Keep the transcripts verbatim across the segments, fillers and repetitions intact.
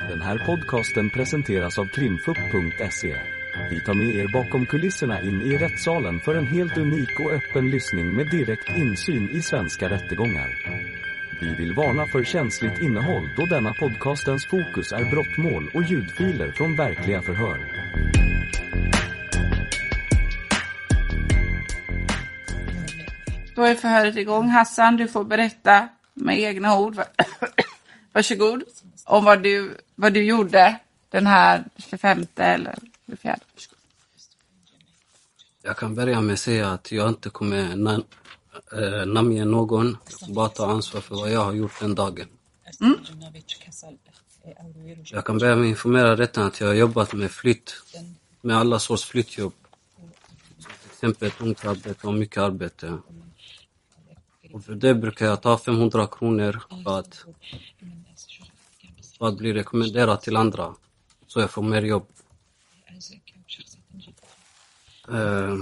Den här podcasten presenteras av krimfupp punkt se. Vi tar med er bakom kulisserna in i rättssalen för en helt unik och öppen lyssning med direkt insyn i svenska rättegångar. Vi vill varna för känsligt innehåll då denna podcastens fokus är brottmål och ljudfiler från verkliga förhör. Då är förhöret igång. Hassan, du får berätta med egna ord. Varsågod. Om vad du, vad du gjorde den här tjugofemte eller tjugofjärde. Jag kan börja med att säga att jag inte kommer nam- äh, namnge någon. Bara ta ansvar för vad jag har gjort den dagen. Mm. Jag kan börja med att informera rätten att jag har jobbat med flytt. Med alla sorts flyttjobb. Till exempel tungt arbete och mycket arbete. Och för det brukar jag ta femhundra kronor för att, för att bli rekommenderad till andra. Så jag får mer jobb. Uh,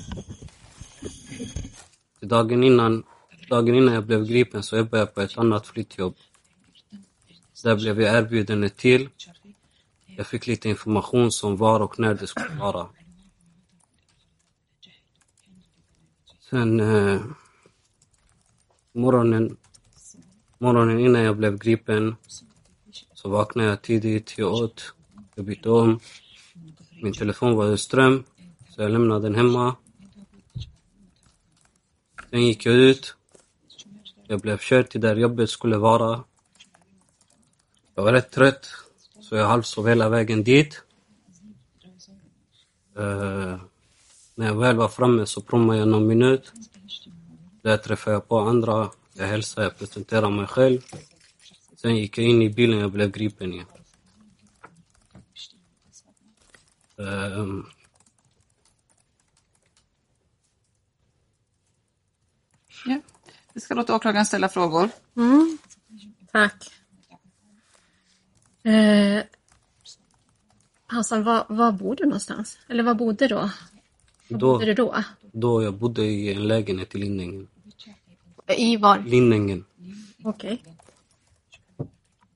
dagen, innan, dagen innan jag blev gripen så jobbade jag på ett annat flyttjobb. Där blev jag erbjuden ett till. Jag fick lite information som var och när det skulle vara. Sen uh, morgonen, morgonen innan jag blev gripen så vaknade jag tidigt, jag åt, jag bytte om. Min telefon var i ström. Så jag lämnade den hemma. Sen gick jag ut. Jag blev körd till där jobbet skulle vara. Jag var rätt trött. Så jag halvsov hela vägen dit. Uh, när jag väl var framme så prommade jag någon minut. Där träffade jag på andra. Jag hälsade, jag presenterade mig själv. Sen gick jag in i bilen och jag blev gripen igen. Uh, Ja, vi ska låta åklagaren ställa frågor. Mm, tack. Eh, Hassan, var, var bor du någonstans? Eller var bodde du då? Var då, bodde du då? Då jag bodde i en lägenhet i Lindängen. I var? Lindängen. Okej. Okay.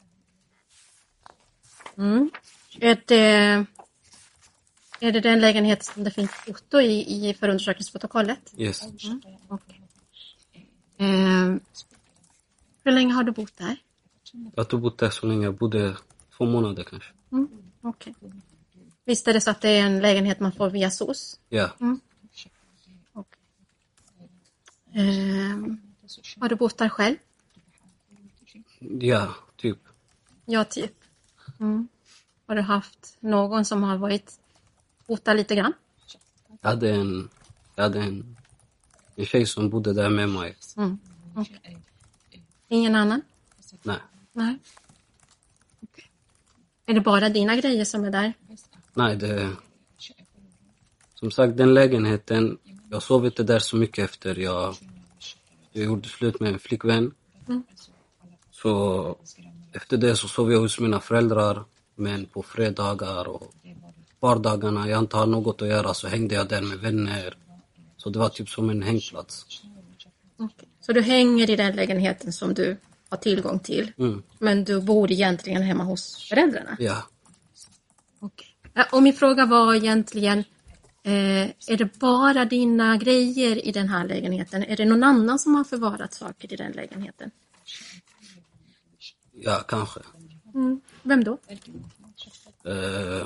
Mm. Är det, är det den lägenhet som det finns foto i, i förundersökningsprotokollet? Yes. Mm. Okay. Eh, hur länge har du bott där? Jag har bott där så länge. Jag bodde två månader kanske. Mm. Okej. Okay. Visst är det så att det är en lägenhet man får via S O S? Ja. Mm. Okay. Eh, har du bott där själv? Ja, typ. Ja, typ. Mm. Har du haft någon som har varit bott där lite grann? Jag hade en, jag hade en, en tjej som bodde där med mig. Mm. Okay. Ingen annan? Nej. Nej. Okay. Är det bara dina grejer som är där? Nej, det... Som sagt, den lägenheten... Jag sov inte där så mycket efter jag... Jag gjorde slut med en flickvän. Mm. Så efter det så sov jag hos mina föräldrar. Men på fredagar och vardagarna jag inte hade något att göra så hängde jag där med vänner. Så det var typ som en hängplats. Okay. Så du hänger i den lägenheten som du har tillgång till. Mm. Men du bor egentligen hemma hos föräldrarna? Ja. Okay. Ja, och min fråga var egentligen, eh, är det bara dina grejer i den här lägenheten? Är det någon annan som har förvarat saker i den lägenheten? Ja, kanske. Mm. Vem då? Uh,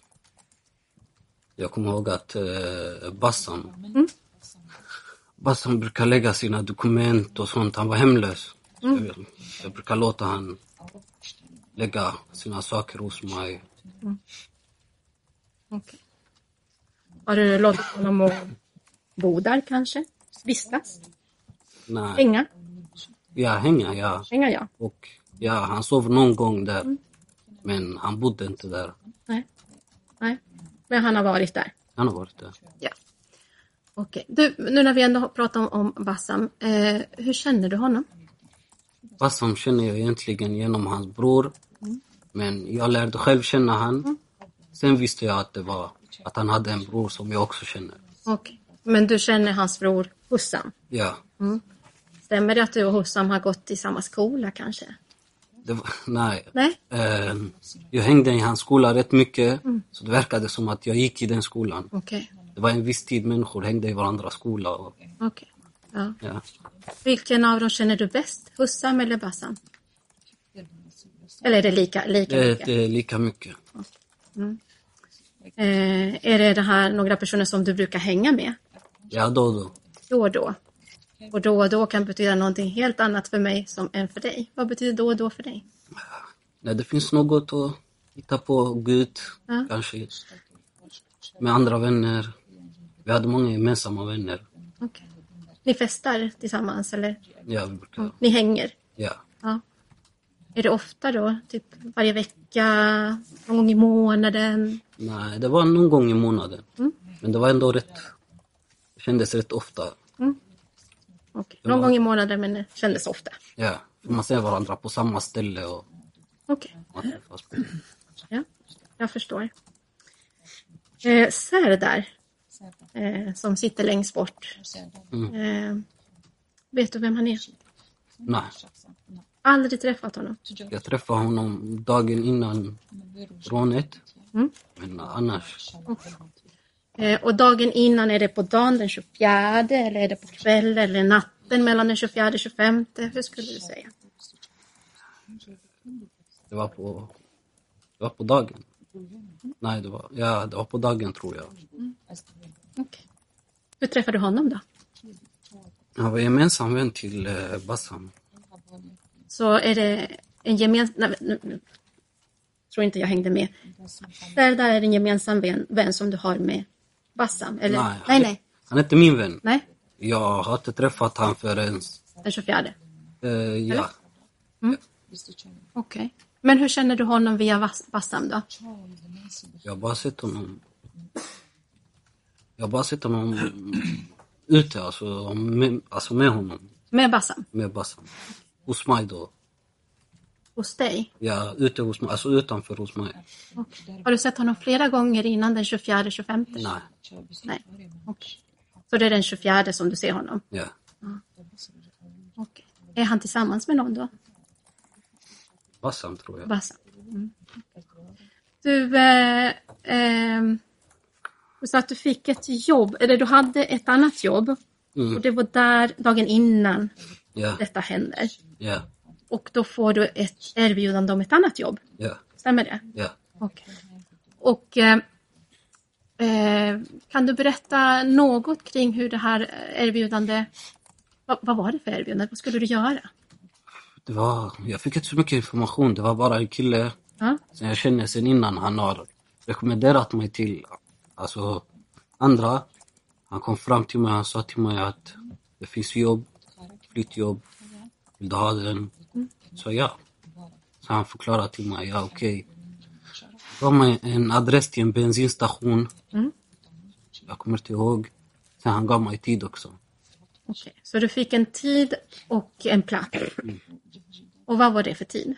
jag kommer ihåg att uh, Bassam mm. Bassam brukar lägga sina dokument och sånt. Han var hemlös. Mm. Jag, jag brukar låta han lägga sina saker hos mig. Mm. Okay. Har du låtit honom att bo där kanske? Vistas? Nej. Hänga? Ja, hänga, ja. Hänga, ja. Och ja, han sov någon gång där. Mm. Men han bodde inte där. Nej. Nej. Men han har varit där? Han har varit där. Ja. Okej. Du, nu när vi ändå pratar om, om Bassam. Eh, hur känner du honom? Bassam känner jag egentligen genom hans bror. Mm. Men jag lärde själv känna han. Mm. Sen visste jag att det var att han hade en bror som jag också känner. Okej. Men du känner hans bror Hussam? Ja. Mm. Stämmer det att du och Hussam har gått i samma skola kanske? Det var, nej. Nej? Eh, jag hängde i hans skola rätt mycket. Mm. Så det verkade som att jag gick i den skolan. Okay. Det var en viss tid människor hängde i varandras skola. Och, okay. ja. Ja. Vilken av dem känner du bäst? Hussam eller Bassam? Eller är det lika, lika det, mycket? Det är lika mycket. Mm. Eh, är det, det här några personer som du brukar hänga med? Ja, då och då. Då och då. Och då och då kan betyda någonting helt annat för mig som än för dig. Vad betyder då och då för dig? När det finns något att hitta på, gå ut, ja. Kanske med andra vänner. Vi hade många gemensamma vänner. Okay. Ni festar tillsammans eller? Ja, vi brukar. Ni hänger? Ja. ja. Är det ofta då? Typ varje vecka? Någon gång i månaden? Nej, det var någon gång i månaden. Mm. Men det var ändå rätt... Det kändes rätt ofta. Mm. Okay. Någon var... gång i månaden, men det kändes ofta? Ja, för man ser varandra på samma ställe. Och... Okej. Okay. Ja, jag förstår. Eh, Serdar, eh, som sitter längst bort. Mm. Eh, vet du vem han är? Nej. Aldrig träffat honom? Jag träffade honom dagen innan rånet. Mm. Men annars... Okay. Eh, och dagen innan, är det på dagen den tjugofjärde eller är det på kvällen eller natten mellan den tjugofjärde och tjugofemte? Hur skulle du säga? Det var på, det var på dagen. Nej, det var, ja, det var på dagen tror jag. Mm. Okay. Hur träffade du honom då? Han var gemensam vän till eh, Bassam. Så är det en gemensam... Nej, nu, nu. Tror inte jag hängde med. Där, där är det en gemensam vän, vän som du har med Bassam? Eller? Nej, nej, nej. Han är inte min vän. Nej. Jag har inte träffat han förrän... Den tjugofjärde? Uh, ja. Mm. Okej. Okay. Men hur känner du honom via Bassam då? Jag har bara sett honom... Jag har bara sett honom ute, alltså med, alltså med honom. Med Bassam? Med Bassam. Hos mig då. Hos dig? Ja, ute hos mig, alltså utanför hos mig. Okay. Har du sett honom flera gånger innan den tjugofjärde tjugofemte? Nej. Nej, okej. Okay. Så det är den tjugofjärde som du ser honom? Ja. ja. Okay. Är han tillsammans med någon då? Bassam tror jag. Bassam. Mm. Du, eh, eh, du sa att du fick ett jobb, eller du hade ett annat jobb. Mm. Och det var där dagen innan ja. Detta händer. Ja. Och då får du ett erbjudande om ett annat jobb. Ja. Stämmer det? Ja. Okej. Okay. Och eh, kan du berätta något kring hur det här erbjudande, vad, vad var det för erbjudande? Vad skulle du göra? Det var, jag fick inte så mycket information. Det var bara en kille ja. Som jag känner sen innan. Han har rekommenderat mig till alltså, andra. Han kom fram till mig och sa till mig att det finns jobb, flyttjobb. Vill du ha den? Mm. Så ja. Så han förklarade till mig, ja okej. Okay. Gav mig en adress till en bensinstation. Mm. Jag kommer inte ihåg. Sen han gav mig tid också. Okej, okay. Så du fick en tid och en plats. Mm. Och vad var det för tid?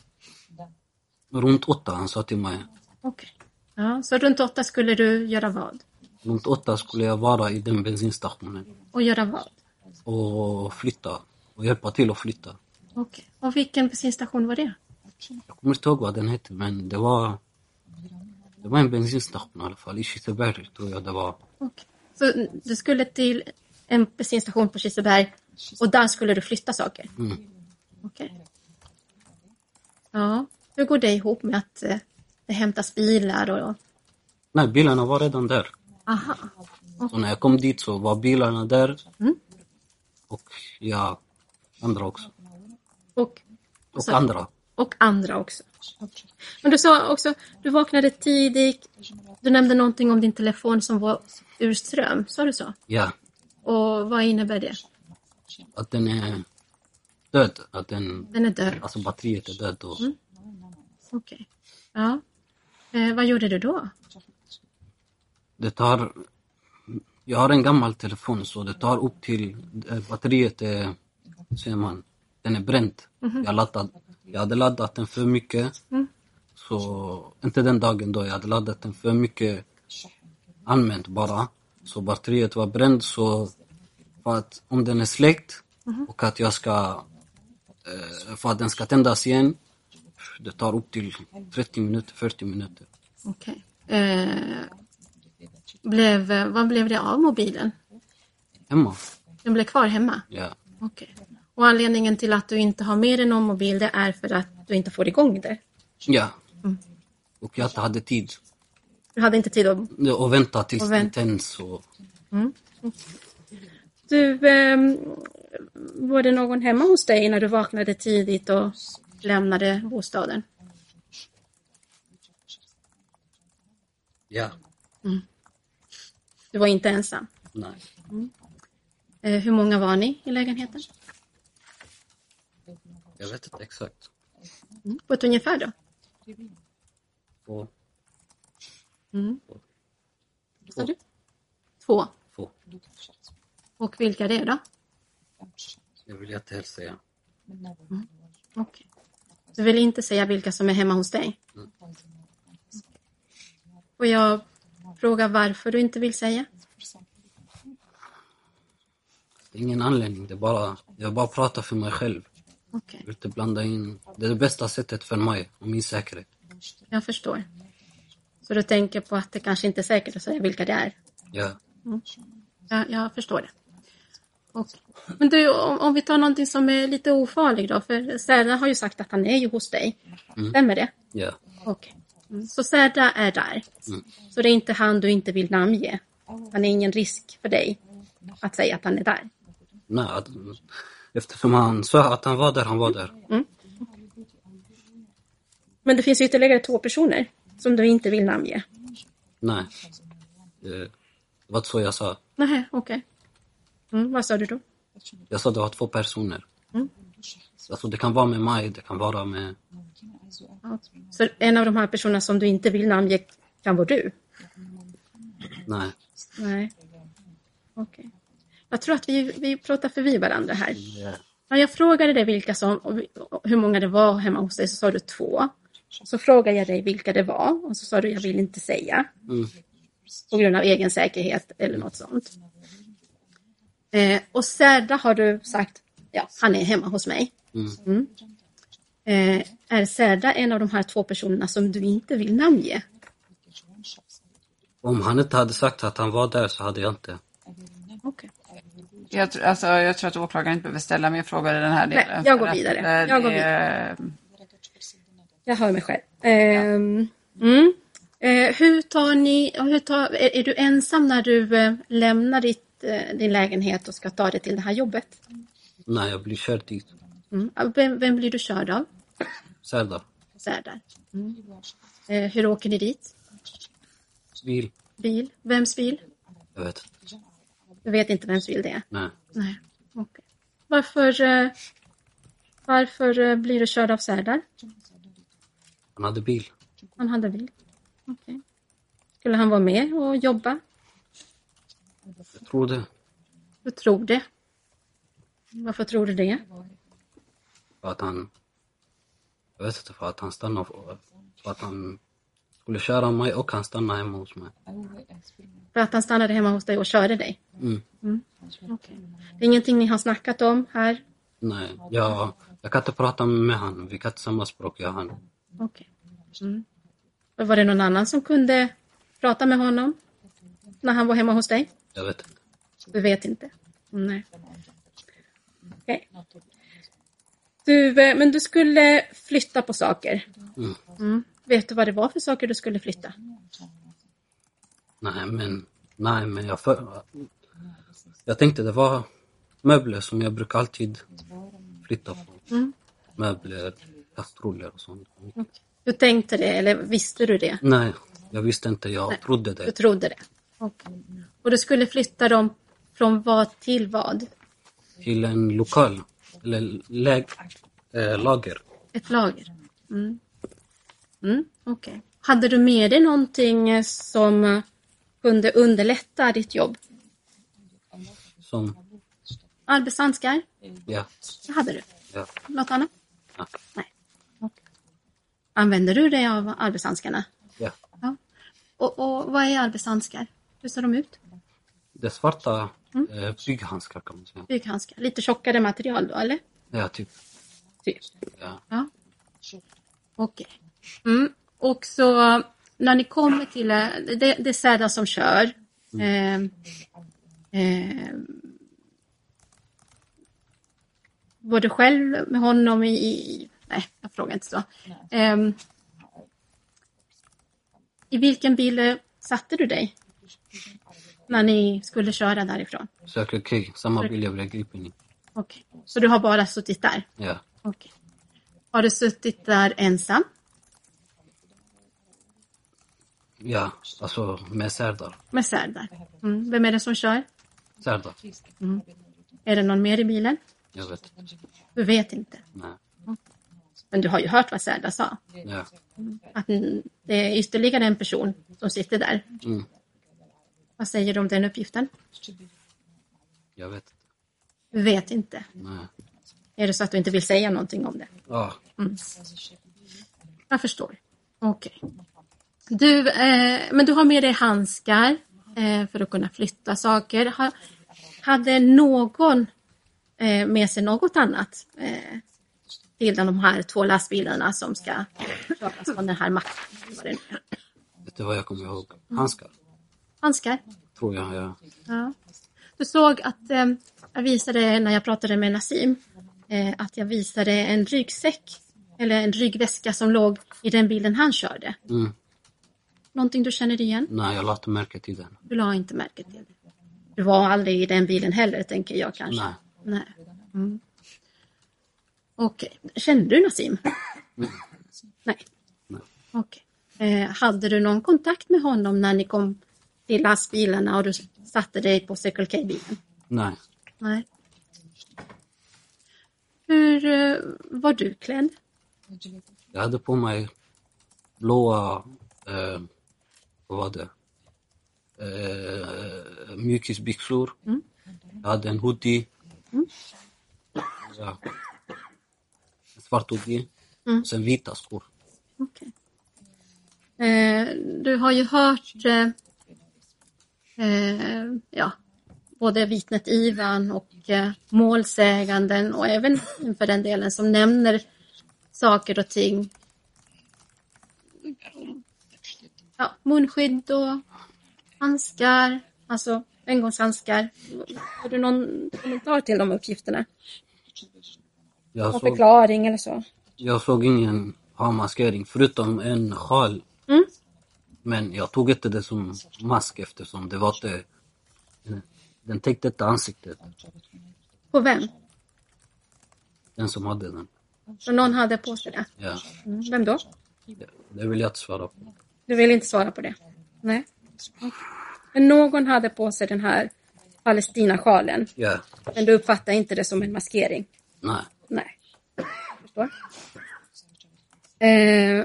Runt åtta, han sa till mig. Okej. Okay. Ja, så runt åtta skulle du göra vad? Runt åtta skulle jag vara i den bensinstationen. Och göra vad? Och flytta. Och hjälpa till att flytta. Okej. Okay. Och vilken bensinstation var det? Jag kommer inte ihåg vad den hette, men det var... Det var en bensinstation i alla fall. I Kiseberg tror jag det var. Okej. Okay. Så du skulle till en bensinstation på Kiseberg och där skulle du flytta saker? Mm. Okej. Okay. Ja. Hur går det ihop med att eh, det hämtas bilar? Och... Nej, bilarna var redan där. Aha. Okay. Så när jag kom dit så var bilarna där. Mm. Och ja, andra också. Och, och så, andra. Och andra också. Men du sa också, du vaknade tidigt. Du nämnde någonting om din telefon som var ur ström. Sa du så? Ja. Och vad innebär det? Att den är död. Att den, den är död. Alltså batteriet är död. Och... Mm. Okej. Okay. Ja. Eh, vad gjorde du då? Det tar... Jag har en gammal telefon så det tar upp till... Batteriet är... Ser man. Den är bränt. Mm-hmm. Jag, laddat, jag hade laddat den för mycket. Mm. Så... Inte den dagen då. Jag hade laddat den för mycket. Använt bara. Så batteriet var bränt. Så... För att om den är släckt. Mm-hmm. Och att jag ska... För att den ska tändas igen. Det tar upp till trettio minuter, fyrtio minuter. Okej. Eh, blev, vad blev det av mobilen? Hemma? Den blev kvar hemma? Ja. Okej. Och anledningen till att du inte har med dig någon mobil, det är för att du inte får igång det? Ja. Mm. Och jag inte hade tid. Du hade inte tid att... Och vänta tills och vänt... det tänds. Och... Mm. Du, eh, var det någon hemma hos dig när du vaknade tidigt och lämnade bostaden? Ja. Mm. Du var inte ensam? Nej. Mm. Eh, hur många var ni i lägenheten? Jag vet inte exakt. Mm. På ett ungefär då? Två. Mm. Vad sa du? Två. Två. Och vilka det är då? Jag vill inte helt säga. Mm. Okej. Du vill inte säga vilka som är hemma hos dig? Mm. Och jag frågar varför du inte vill säga? Det är ingen anledning. Det är bara, jag bara pratar för mig själv. Okay. Jag vill inte blanda in. Det är det bästa sättet för mig och min säkerhet. Jag förstår. Så du tänker på att det kanske inte är säkert att säga vilka det är? Ja. Mm. Ja, jag förstår det. Okay. Men du, om, om vi tar någonting som är lite ofarligt då. För Särda har ju sagt att han är ju hos dig. Mm. Stämmer det? Ja. Okej. Okay. Mm. Så Särda är där. Mm. Så det är inte han du inte vill namnge. Han är ingen risk för dig att säga att han är där. Nej, eftersom han sa att han var där, han var där. Mm. Men det finns ju ytterligare två personer som du inte vill namnge. Nej. Det var så jag sa. Nej, okej. Okay. Mm, vad sa du då? Jag sa det var två personer. Mm. Alltså det kan vara med mig, det kan vara med... Ja. Så en av de här personerna som du inte vill namnge kan vara du? Nej. Nej. Okej. Okay. Jag tror att vi, vi pratar förbi varandra här. Yeah. Ja, jag frågade dig vilka som, hur många det var hemma hos dig, så sa du två. Så frågade jag dig vilka det var och så sa du jag vill inte säga. Mm. På grund av egen säkerhet eller något sånt. Eh, och Särda har du sagt, ja, han är hemma hos mig. Mm. Mm. Eh, är Särda en av de här två personerna som du inte vill namnge? Om han inte hade sagt att han var där så hade jag inte. Okej. Jag, tr- alltså, jag tror att åklagaren inte behöver ställa mer frågor i den här delen. Nej, jag går vidare. Att, jag, går vidare. jag hör mig själv. Eh, mm. eh, hur tar ni, hur tar, är, är du ensam när du eh, lämnar ditt, eh, din lägenhet och ska ta dig till det här jobbet? Nej, jag blir körd dit. Mm. Vem, vem blir du körd av? Särda. Särda. Mm. Eh, hur åker ni dit? Bil. Bil? Vems bil? Jag vet inte. Du vet inte vems bil det är? Nej. Nej. Okay. Varför, eh, varför eh, blir du körd av Särda? Han hade bil. Han hade bil? Okej. Okay. Skulle han vara med och jobba? Jag tror det. Du tror det? Varför tror du det? För att han... Jag vet inte, för att han stannade... För att han skulle köra mig och han stannade hemma hos mig. För att han stannade hemma hos dig och körde dig? Mm. Mm. Okay. Det är ingenting ni har snackat om här? Nej, jag, jag kan inte prata med han. Vi kan inte samma språk, jag och han. Okej. Okay. Mm. Var det någon annan som kunde prata med honom när han var hemma hos dig? Jag vet inte. Du vet inte? Nej. Okej. Okay. Du, men du skulle flytta på saker. Mm. Mm. Vet du vad det var för saker du skulle flytta? Nej, men, nej, men jag, för, jag tänkte det var möbler som jag brukar alltid flytta på. Mm. Möbler, kastruller och sånt. Okay. Du tänkte det, eller visste du det? Nej, jag visste inte. Jag nej, trodde det. Du trodde det. Okay. Och du skulle flytta dem från vad till vad? Till en lokal, eller läg, äh, lager. Ett lager. Mm. Mm, okej. Okay. Hade du med dig någonting som kunde underlätta ditt jobb? Som? Arbetshandskar? Ja. Det hade du? Ja. Något annat? Ja. Nej. Okay. Använder du dig av arbetshandskarna? Ja. Ja. Och, och vad är arbetshandskar? Hur ser de ut? Det är svarta mm. eh, bygghandskar kan man säga. Bygghandskar. Lite tjockare material då, eller? Ja, typ. Typ. Ja. Ja. Okej. Okay. Mm. Och så när ni kommer till, det, det är Serdar som kör. Mm. Eh, eh, var du själv med honom i, i nej, jag frågar inte så. Eh, I vilken bil satte du dig när ni skulle köra därifrån? Circle K, samma bil jag blev gripen i. Okej, okay. Så du har bara suttit där? Ja. Okej. Okay. Har du suttit där ensam? Ja, alltså med Serdar. Med Serdar. Mm. Vem är det som kör? Serdar. Mm. Är det någon mer i bilen? Jag vet. Du vet inte? Nej. Men du har ju hört vad Serdar sa. Ja. Att det är ytterligare en person som sitter där. Mm. Vad säger du om den uppgiften? Jag vet inte. Du vet inte? Nej. Är det så att du inte vill säga någonting om det? Ja. Mm. Jag förstår. Okej. Okay. Du, eh, men du har med dig handskar eh, för att kunna flytta saker. Ha, hade någon eh, med sig något annat eh, till de här två lastbilarna som ska köras från den här macken? Vet du vad jag kommer ihåg? Handskar. Handskar? Tror jag, ja. Ja. Du såg att eh, jag visade när jag pratade med Nassim eh, att jag visade en ryggsäck eller en ryggväska som låg i den bilen han körde. Mm. Någonting du känner igen? Nej, jag la inte märke till den. Du la inte märke till det. Du var aldrig i den bilen heller, tänker jag kanske. Nej. Nej. Mm. Okej. Okay. Kände du Nassim? Mm. Nej. Nej. Okej. Okay. Eh, hade du någon kontakt med honom när ni kom till lastbilarna och du satte dig på Circle K-bilen? Nej. Nej. Hur eh, var du klädd? Jag hade på mig blåa, eh, vad var det? Eh, mjukisbyxor. Mm. Jag hade en hoodie. Mm. Ja. En svart hoodie. Mm. Sen vita skor. Okej. Okay. Eh, du har ju hört eh, eh, ja, både vittnet Ivan och eh, målsäganden och även för den delen som nämner saker och ting. Ja, munskydd och handskar, alltså engångshandskar. Har du någon kommentar till de uppgifterna? Jag någon såg, förklaring eller så? Jag såg ingen havmaskering förutom en sjal. Mm. Men jag tog inte det som mask eftersom det var inte... Den täckte inte ansiktet. På vem? Den som hade den. Så någon hade på sig det? Ja. Mm. Vem då? Det, det vill jag inte svara på. Du vill inte svara på det? Nej. Men någon hade på sig den här Palestina-sjalen. Ja. Men du uppfattar inte det som en maskering? Nej. Nej. Förstår. Eh...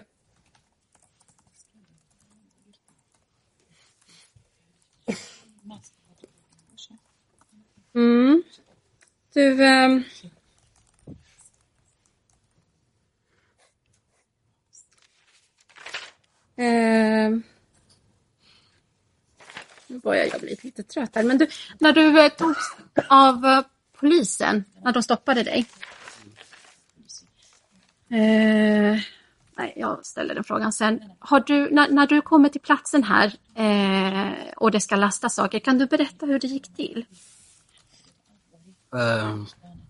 Mm. Du... Eh... Eh... Nu börjar jag bli lite trött här. Men du, när du eh, togs av eh, polisen, när de stoppade dig. Eh, nej, jag ställer den frågan sen. Har du, när, när du kommer till platsen här eh, och det ska lasta saker, kan du berätta hur det gick till? Uh,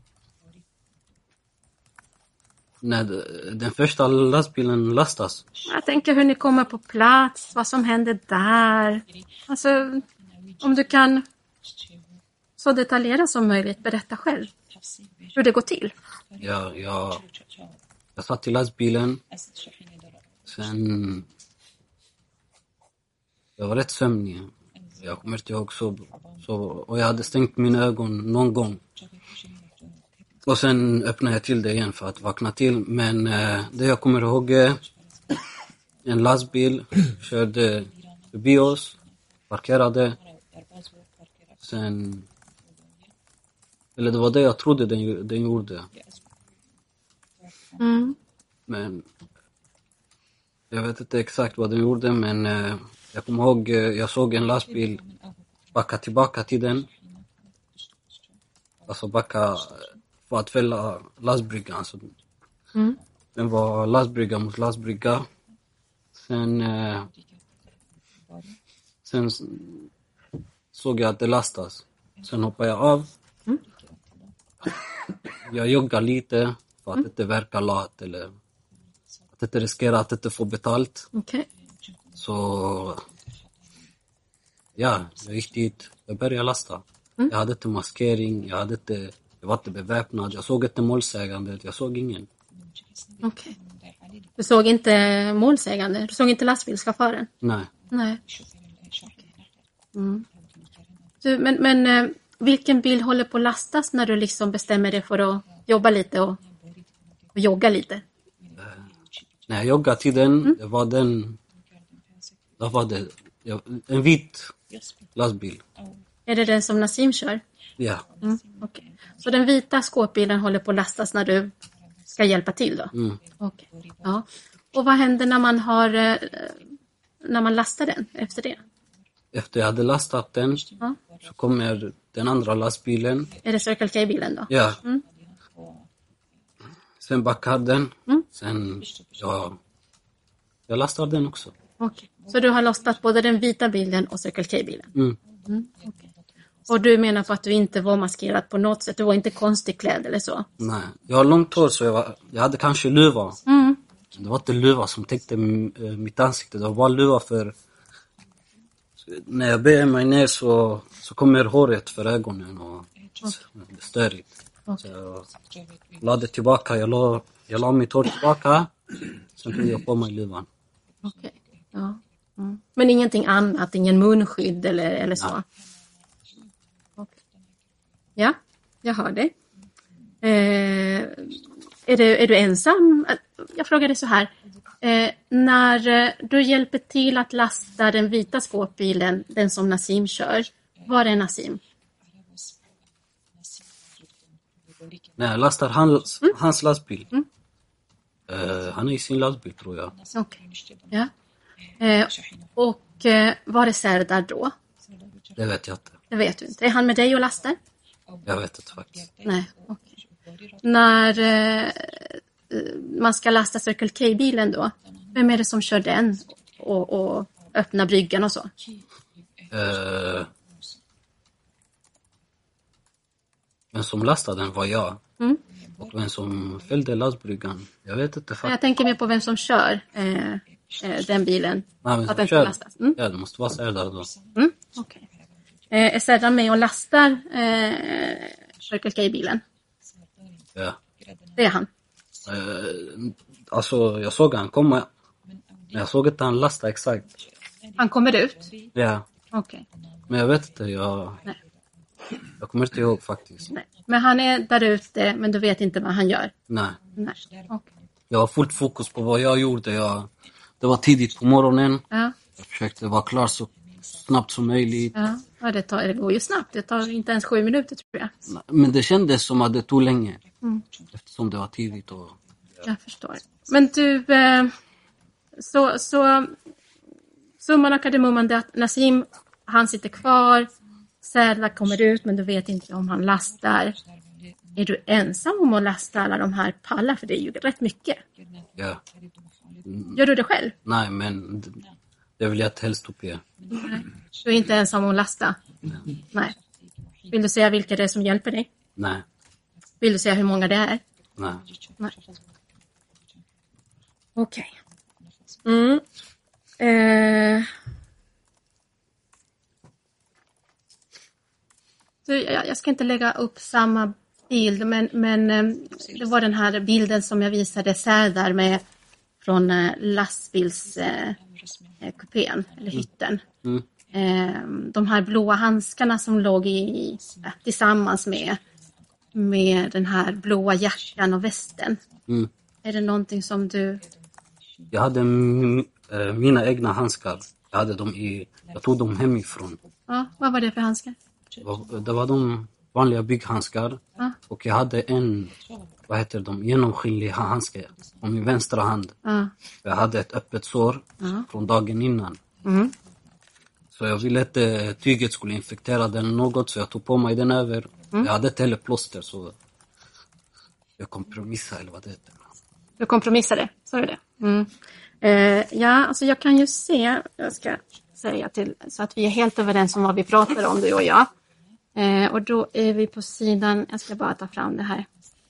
när den första lastbilen lastas. Jag tänker hur ni kommer på plats, vad som händer där. Alltså, om du kan så detaljerat som möjligt berätta själv hur det går till. Ja, jag, jag satt i lastbilen. Sen... Jag var rätt sömnig. Jag kommer inte ihåg så, så... Och jag hade stängt mina ögon någon gång. Och sen öppnade jag till det igen för att vakna till. Men eh, det jag kommer ihåg är... En lastbil körde förbi oss. Parkerade. Sen... Eller det var det jag trodde den, den gjorde. Mm. Men... Jag vet inte exakt vad den gjorde, men... Eh, jag kommer ihåg, eh, jag såg en lastbil backa tillbaka till den. Alltså backa för att fälla lastbryggan. Alltså. Mm. Den var lastbrygga mot lastbrygga. Sen, eh, sen såg jag att det lastas. Sen hoppade jag av. Mm. Jag joggar lite för att mm. inte verka lat eller att inte riskera att inte få betalt. Okay. Så ja, jag gick dit. Jag började lasta. Mm. Jag hade inte maskering, jag, hade inte, jag var inte beväpnad. Jag såg inte målsägande, jag såg ingen. Okej. Okay. Du såg inte målsägande? Du såg inte lastbilschauffören? Nej. Nej. Mm. Du, men men vilken bil håller på att lastas när du liksom bestämmer dig för att jobba lite och, och jogga lite? Uh, när jag joggade till den, mm. det var den... Då var det en vit lastbil. Är det den som Nassim kör? Ja. Mm, okay. Så den vita skåpbilen håller på att lastas när du ska hjälpa till då? Mm. Okay. Ja. Och vad händer när man har när man lastar den efter det? Efter jag hade lastat den ja. Så kommer den andra lastbilen. Är det Circle K-bilen då? Ja. Mm. Sen backar den. Mm. Sen ja, jag lastar den också. Okej. Okay. Så du har lastat både den vita bilen och Circle K-bilen? Mm. Mm. Okay. Och du menar på att du inte var maskerad på något sätt? Du var inte konstigt klädd eller så? Nej, jag har långt hår så jag, var, jag hade kanske luva. Mm. Det var inte luva som täckte mitt ansikte. Det var bara luva för... När jag böjer mig ner så, så kommer håret för ögonen och okay. Det är störigt. Okay. Så jag lade tillbaka, jag la, jag la mitt hår tillbaka. Sen tog jag på mig luvan. Okej, okay. Ja. Mm. Men ingenting annat, ingen munskydd eller, eller så? Ja. Okay. Ja, jag hör dig. Eh, är, du, är du ensam? Jag frågar dig så här. Eh, när du hjälper till att lasta den vita skåpbilen, den som Nassim kör, var är Nassim? Nej, jag lastar hans, mm. hans lastbil. Mm. Eh, han är i sin lastbil tror jag. Okej, okay. Ja. Eh, och eh, var är Serdar då? Det vet jag inte. Det vet du inte. Är han med dig och lastar? Jag vet inte faktiskt. Nej, okej. Okay. När eh, man ska lasta Circle K-bilen då, vem är det som kör den och, och öppnar bryggan och så? Uh, den som lastade den var jag. Mm. Och vem som fällde lastbryggan, jag vet inte faktiskt. Jag tänker mer på vem som kör eh, eh, den bilen. Nej, men att den kör, lastas. Mm. Ja, det måste vara Serdar då. Mm. Okej. Okay. Eh, är Serdar med och lastar eh, Circle K-bilen? Ja. Det är han. Uh, alltså jag såg han komma. Jag såg att han lastade exakt. Han kommer ut? Ja. Okej. Okay. Men jag vet inte, jag, Nej. jag kommer inte ihåg faktiskt. Nej. Men han är där ute, men du vet inte vad han gör? Nej. Nej. Okay. Jag har fullt fokus på vad jag gjorde. Jag, det var tidigt på morgonen. Ja. Jag försökte vara klar så snabbt som möjligt. Ja, ja det, tar, det går ju snabbt. Det tar inte ens sju minuter tror jag. Men det kändes som att det tog länge. Mm. Eftersom det var tidigt. Och... Jag förstår. Men du, eh, så, så summan av kardemumman är att Nassim, han sitter kvar. Serdar kommer ut, men du vet inte om han lastar. Är du ensam om att lasta alla de här pallar? För det är ju rätt mycket. Ja. Gör du det själv? Nej, men det vill jag inte helst uppge. Nej. Du är inte ensam om att lasta? Nej. Nej. Vill du säga vilka det är som hjälper dig? Nej. Vill du säga hur många det är? Nej. Nej. Okej. Okay. Mm. Eh. Så jag, jag ska inte lägga upp samma bild, men, men eh, det var den här bilden som jag visade Serdar med från eh, lastbilskupén, eh, eller hytten. Mm. Eh, de här blåa handskarna som låg i, äh, tillsammans med, med den här blåa jackan och västen. Mm. Är det någonting som du... Jag hade m- äh, mina egna handskar. Jag hade dem i... Jag tog dem hemifrån. Ja, vad var det för handskar? Det var, det var de vanliga bygghandskar. Ja. Och jag hade en... Vad heter de? Genomskinlig handske på min vänstra hand. Ja. Jag hade ett öppet sår Ja. från dagen innan. Mm. Så jag ville inte tyget skulle infektera den eller något. Så jag tog på mig den över. Mm. Jag hade inte heller plåster så... Jag kompromissade eller vad det heter. Du kompromissade, sa du det? Mm. Eh, ja, alltså jag kan ju se, jag ska säga till, så att vi är helt överens om vad vi pratar om, du och jag. Eh, och då är vi på sidan, jag ska bara ta fram det här.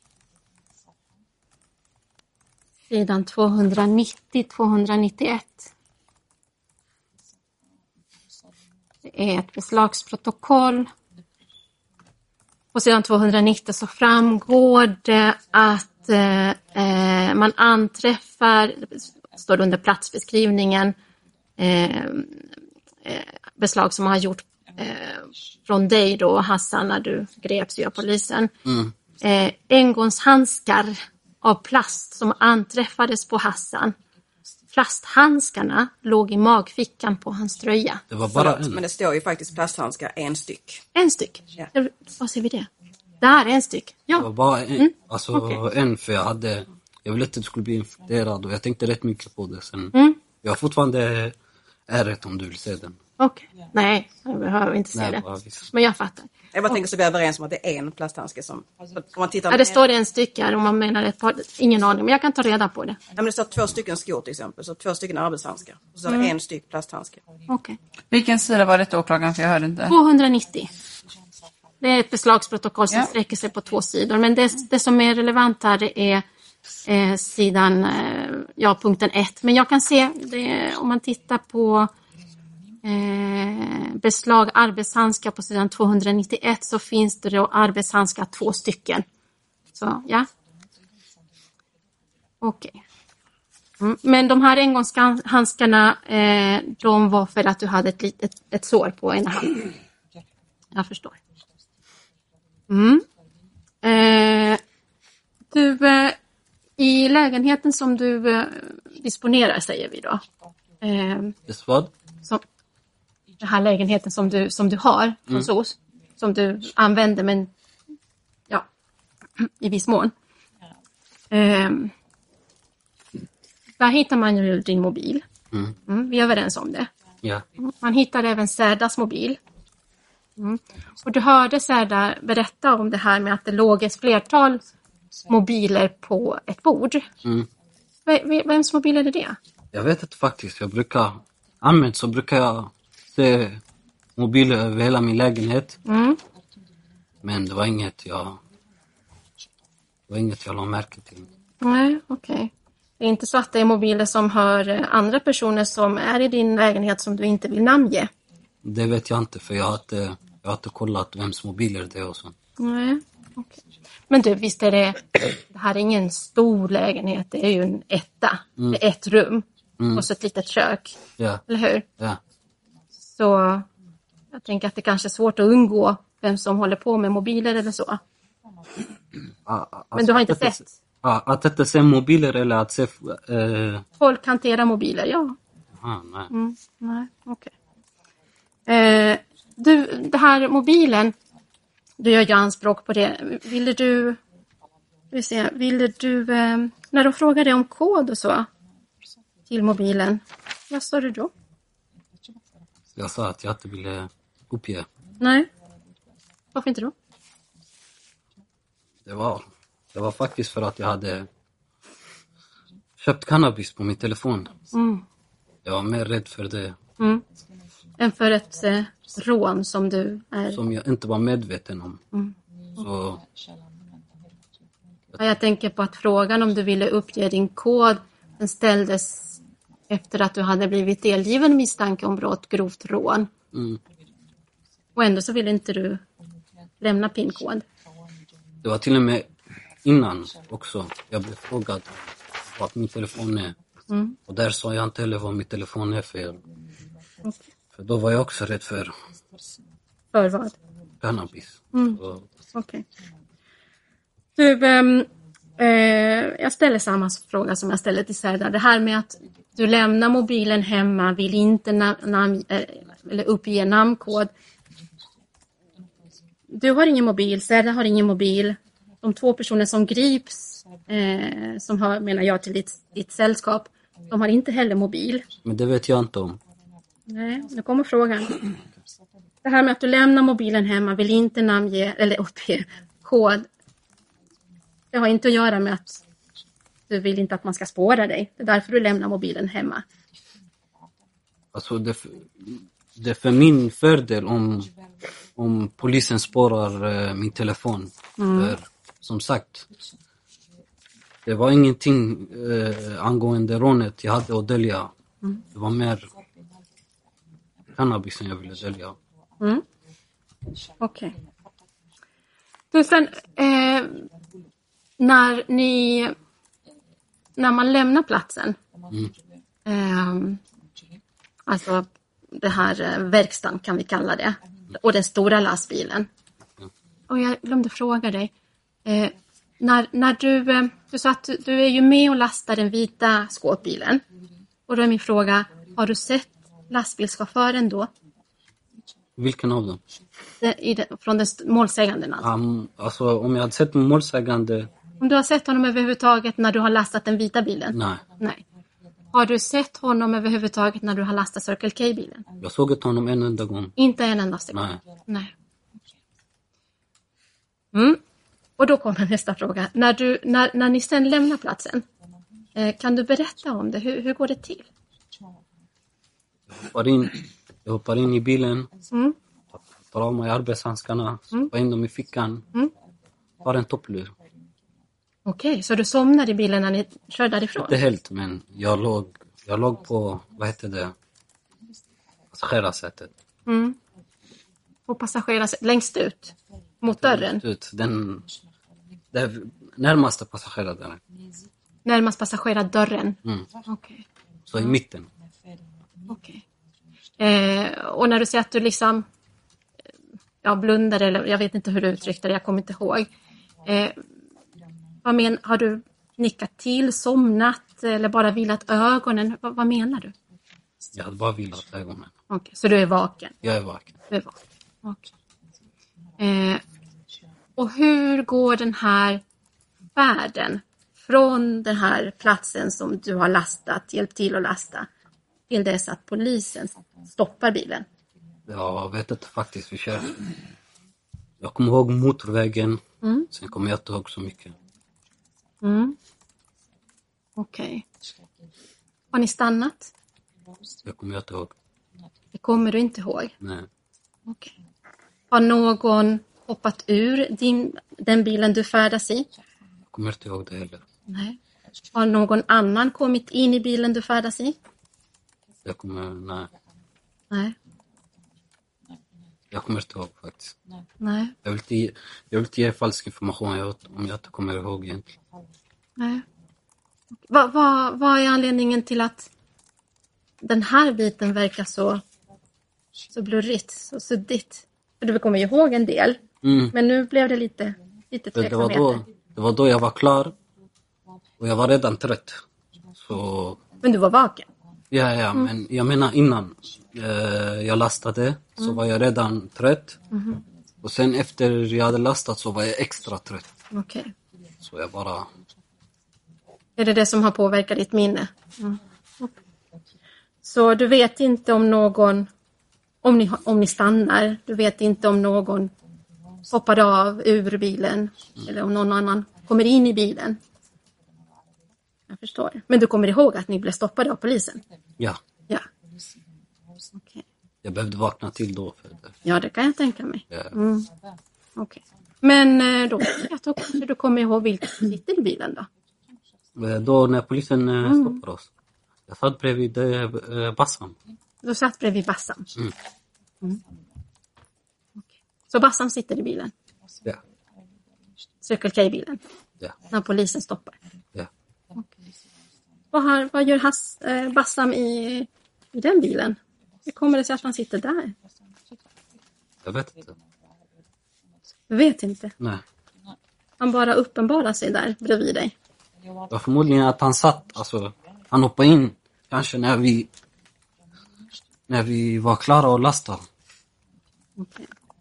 Sidan tvåhundranittio till tvåhundranittioett. Det är ett beslagsprotokoll. På sidan tvåhundranittio så framgår det att eh, man anträffar, står det under platsbeskrivningen, eh, eh, beslag som man har gjort eh, från dig då, Hassan, när du greps av polisen. Mm. Eh, engångshandskar av plast som anträffades på Hassan. Plasthandskarna låg i magfickan på hans tröja. Det var bara Förlåt, en. men det står ju faktiskt plasthandskar en styck. En styck? Ja. Vad ser vi det? Där är en styck. Ja. Det var bara en, Mm. alltså Okej. en, för jag hade, jag ville att det skulle bli infekterad och jag tänkte rätt mycket på det sen. Mm. Jag har fortfarande ärret om du vill se den. Okej. Nej, jag behöver inte se Nej, det. bara visst. Men jag fattar. Jag bara tänker så vi är överens om att det är en plasthandske som... Om man tittar Ja, det står en styck här om man menar ett par. Ingen aning, men jag kan ta reda på det. Ja, men det står två stycken skor till exempel. Så två stycken arbetshandskar. Och så är det en styck plasthandske. Okej. Vilken sida var det åklagaren? För jag hörde inte. tvåhundranittio. Det är ett beslagsprotokoll som Ja. sträcker sig på två sidor. Men det, det som är relevant här det är eh, sidan, eh, ja, punkten ett. Men jag kan se, det, om man tittar på eh, beslag arbetshandskar på sidan tvåhundranittioett så finns det då arbetshandskar två stycken. Så, ja. Okej. Mm. Men de här engångshandskarna, eh, de var för att du hade ett, litet, ett sår på ena handen. Jag förstår. Mm. Eh, du, eh, i lägenheten som du eh, disponerar, säger vi då. Eh, Visst vad? som, den här lägenheten som du, som du har från S O S. Som du använder, men ja, i viss mån. Eh, där hittar man ju din mobil. Mm. Mm, vi är överens om det. Ja. Man hittar även Särdas mobil. Mm. Och du hörde Särda berätta om det här med att det låg ett flertal mobiler på ett bord. Mm. V- vems mobil är det det? Jag vet inte faktiskt. Jag brukar, använt så brukar jag se mobiler över hela min lägenhet. Mm. Men det var inget jag, det var inget jag la märke till. Nej, okej. Okay. Det är inte så att det är mobiler som hör eh, andra personer som är i din lägenhet som du inte vill namnge? Det vet jag inte för jag har inte, jag har inte kollat vems mobiler det är och så. Nej, okej. Okay. Men du, visst är det, det här är ingen stor lägenhet, det är ju en etta. Mm. Det är ett rum Mm. och så ett litet kök, Ja, eller hur? ja. Så jag tänker att det kanske är svårt att undgå vem som håller på med mobiler eller så. Ah, Men du har inte att inte- sett? ah, Att inte se mobiler eller att se... Eh, Folk hanterar mobiler, ja. ah, nej. Mm, nej, okej. Eh, du, det här mobilen, du gör ju anspråk på det. Ville du, vi se, ville du, eh, när de frågade om kod och så till mobilen, vad sa du då? Jag sa att jag inte ville uppge. Nej, varför inte då? Det var, det var faktiskt för att jag hade köpt cannabis på min telefon. Mm. Jag var mer rädd för det Mm. Än för ett eh, rån som du är. som jag inte var medveten om. Mm. Så Ja, jag tänker på att frågan om du ville uppge din kod, den ställdes efter att du hade blivit delgiven misstanke om brott, grovt rån. mm, Och ändå så ville inte du lämna pinkod. det var till och med innan också. Jag blev frågad vad min telefon är. Mm. Och där sa jag inte heller vad min telefon är för. För då var jag också rädd för För vad? cannabis. Mm. Så, Okej. Du, ehm, eh, jag ställer samma fråga som jag ställde till Serdar. Det här med att du lämnar mobilen hemma, vill inte na- nam- eh, eller uppge namnkod. Du har ingen mobil, Serdar har ingen mobil. De två personer som grips, eh, som hör, menar jag, till ditt, ditt sällskap, de har inte heller mobil. men det vet jag inte om. Nej, nu kommer frågan. Det här med att du lämnar mobilen hemma, vill inte namnge eller uppge kod. Det har inte att göra med att du vill inte att man ska spåra dig. Det är därför du lämnar mobilen hemma. Alltså det, det är för min fördel om, om polisen spårar eh, min telefon. Mm. För som sagt, det var ingenting eh, angående rånet jag hade att dölja. Mm. Det var mer cannabisen jag ville dölja. Mm. Okej. Okay. Du, sen, eh, när ni, när man lämnar platsen, mm. eh, alltså det här eh, verkstaden kan vi kalla det, och den stora lastbilen. Mm. Och jag glömde fråga dig, eh, när, när du, eh, du sa att du, du är ju med och lastar den vita skåpbilen. Och då är min fråga, har du sett lastbilschauffören då? Vilken av dem? Den, i den, från den målsäganden alltså. Um, alltså om jag hade sett målsägande... Om du har sett honom överhuvudtaget när du har lastat den vita bilen? Nej. Nej. Har du sett honom överhuvudtaget när du har lastat Circle K-bilen? Jag såg ett honom en enda gång. Inte en enda gång? Nej. Nej. Mm. Och då kommer nästa fråga. När, du, när, när ni sen lämnar platsen, eh, kan du berätta om det? Hur, hur går det till? Jag hoppar in, jag hoppar in i bilen, mm. tar av mig arbetshandskarna, mm. tar in dem i fickan, mm. tar en topplur. Okej, okay, så du somnade i bilen när ni körde därifrån? Inte helt, men jag låg, jag låg på, vad heter det, passagerarsätet. Mm. På passagerarsätet, längst ut? Mot dörren? Ut, den, den närmaste passagerardörren. Närmast passagerardörren? Mm. Okej. Okay. Så i mitten. Okej. Okay. Eh, och när du säger att du liksom ja, blundar, eller jag vet inte hur du uttryckte det, jag kommer inte ihåg. Eh, vad men, har du nickat till, somnat eller bara vilat ögonen? Vad, vad menar du? Jag hade bara vilat ögonen. Okej, okay, så du är vaken? Jag är vaken. Du är vaken. Okej. Okay. Eh, och hur går den här färden från den här platsen som du har lastat, hjälpt till att lasta, till dess att polisen stoppar bilen? Jag vet inte faktiskt, vi kör. Jag kommer ihåg motorvägen, mm. sen kommer jag inte ihåg så mycket. Mm. Okej. Okay. Har ni stannat? Jag kommer inte ihåg. Det kommer du inte ihåg? Nej. Okej. Okay. Har någon hoppat ur din, den bilen du färdas i? Jag kommer inte ihåg det heller. Nej. Har någon annan kommit in i bilen du färdas i? Jag kommer, nej. Nej. Jag kommer inte ihåg faktiskt. Nej. Jag vill inte, jag vill inte ge falsk information om jag inte kommer ihåg egentligen. Nej. Vad va, va är anledningen till att den här biten verkar så, så blurrigt, så suddigt? För du kommer ihåg en del, mm. men nu blev det lite, lite tveksamheter. Det var, då, det var då jag var klar och jag var redan trött. Så... Men du var vaken? Ja, ja, mm. men jag menar innan eh, jag lastade så mm. var jag redan trött. Mm. Och sen efter jag hade lastat så var jag extra trött. Okej. Okay. Så jag bara... Är det det som har påverkat ditt minne? Mm. Okay. Så du vet inte om någon, om ni, om ni stannar, du vet inte om någon hoppar av ur bilen mm. eller om någon annan kommer in i bilen? Jag förstår. Men du kommer ihåg att ni blev stoppade av polisen? Ja. Ja. Okay. Jag behövde vakna till då. För det. Ja, det kan jag tänka mig. Ja. Mm. Okay. Men då, jag tror kanske du kommer ihåg vilka som sitter i bilen då? Då när polisen mm. stoppade oss. Jag satt bredvid eh, Bassam. Du satt bredvid Bassam? Mm. Mm. Okay. Så Bassam sitter i bilen? Ja. Circle K-bilen? Ja. När polisen stoppar? Ja. Okay. Vad, har, vad gör Hass, eh, Bassam i, i den bilen? Hur kommer det sig att han sitter där? Jag vet inte. Du vet inte? Nej. Han bara uppenbarar sig där bredvid dig? Ja, förmodligen att han satt, alltså han hoppade in kanske när vi när vi var klara att lasta. Okay.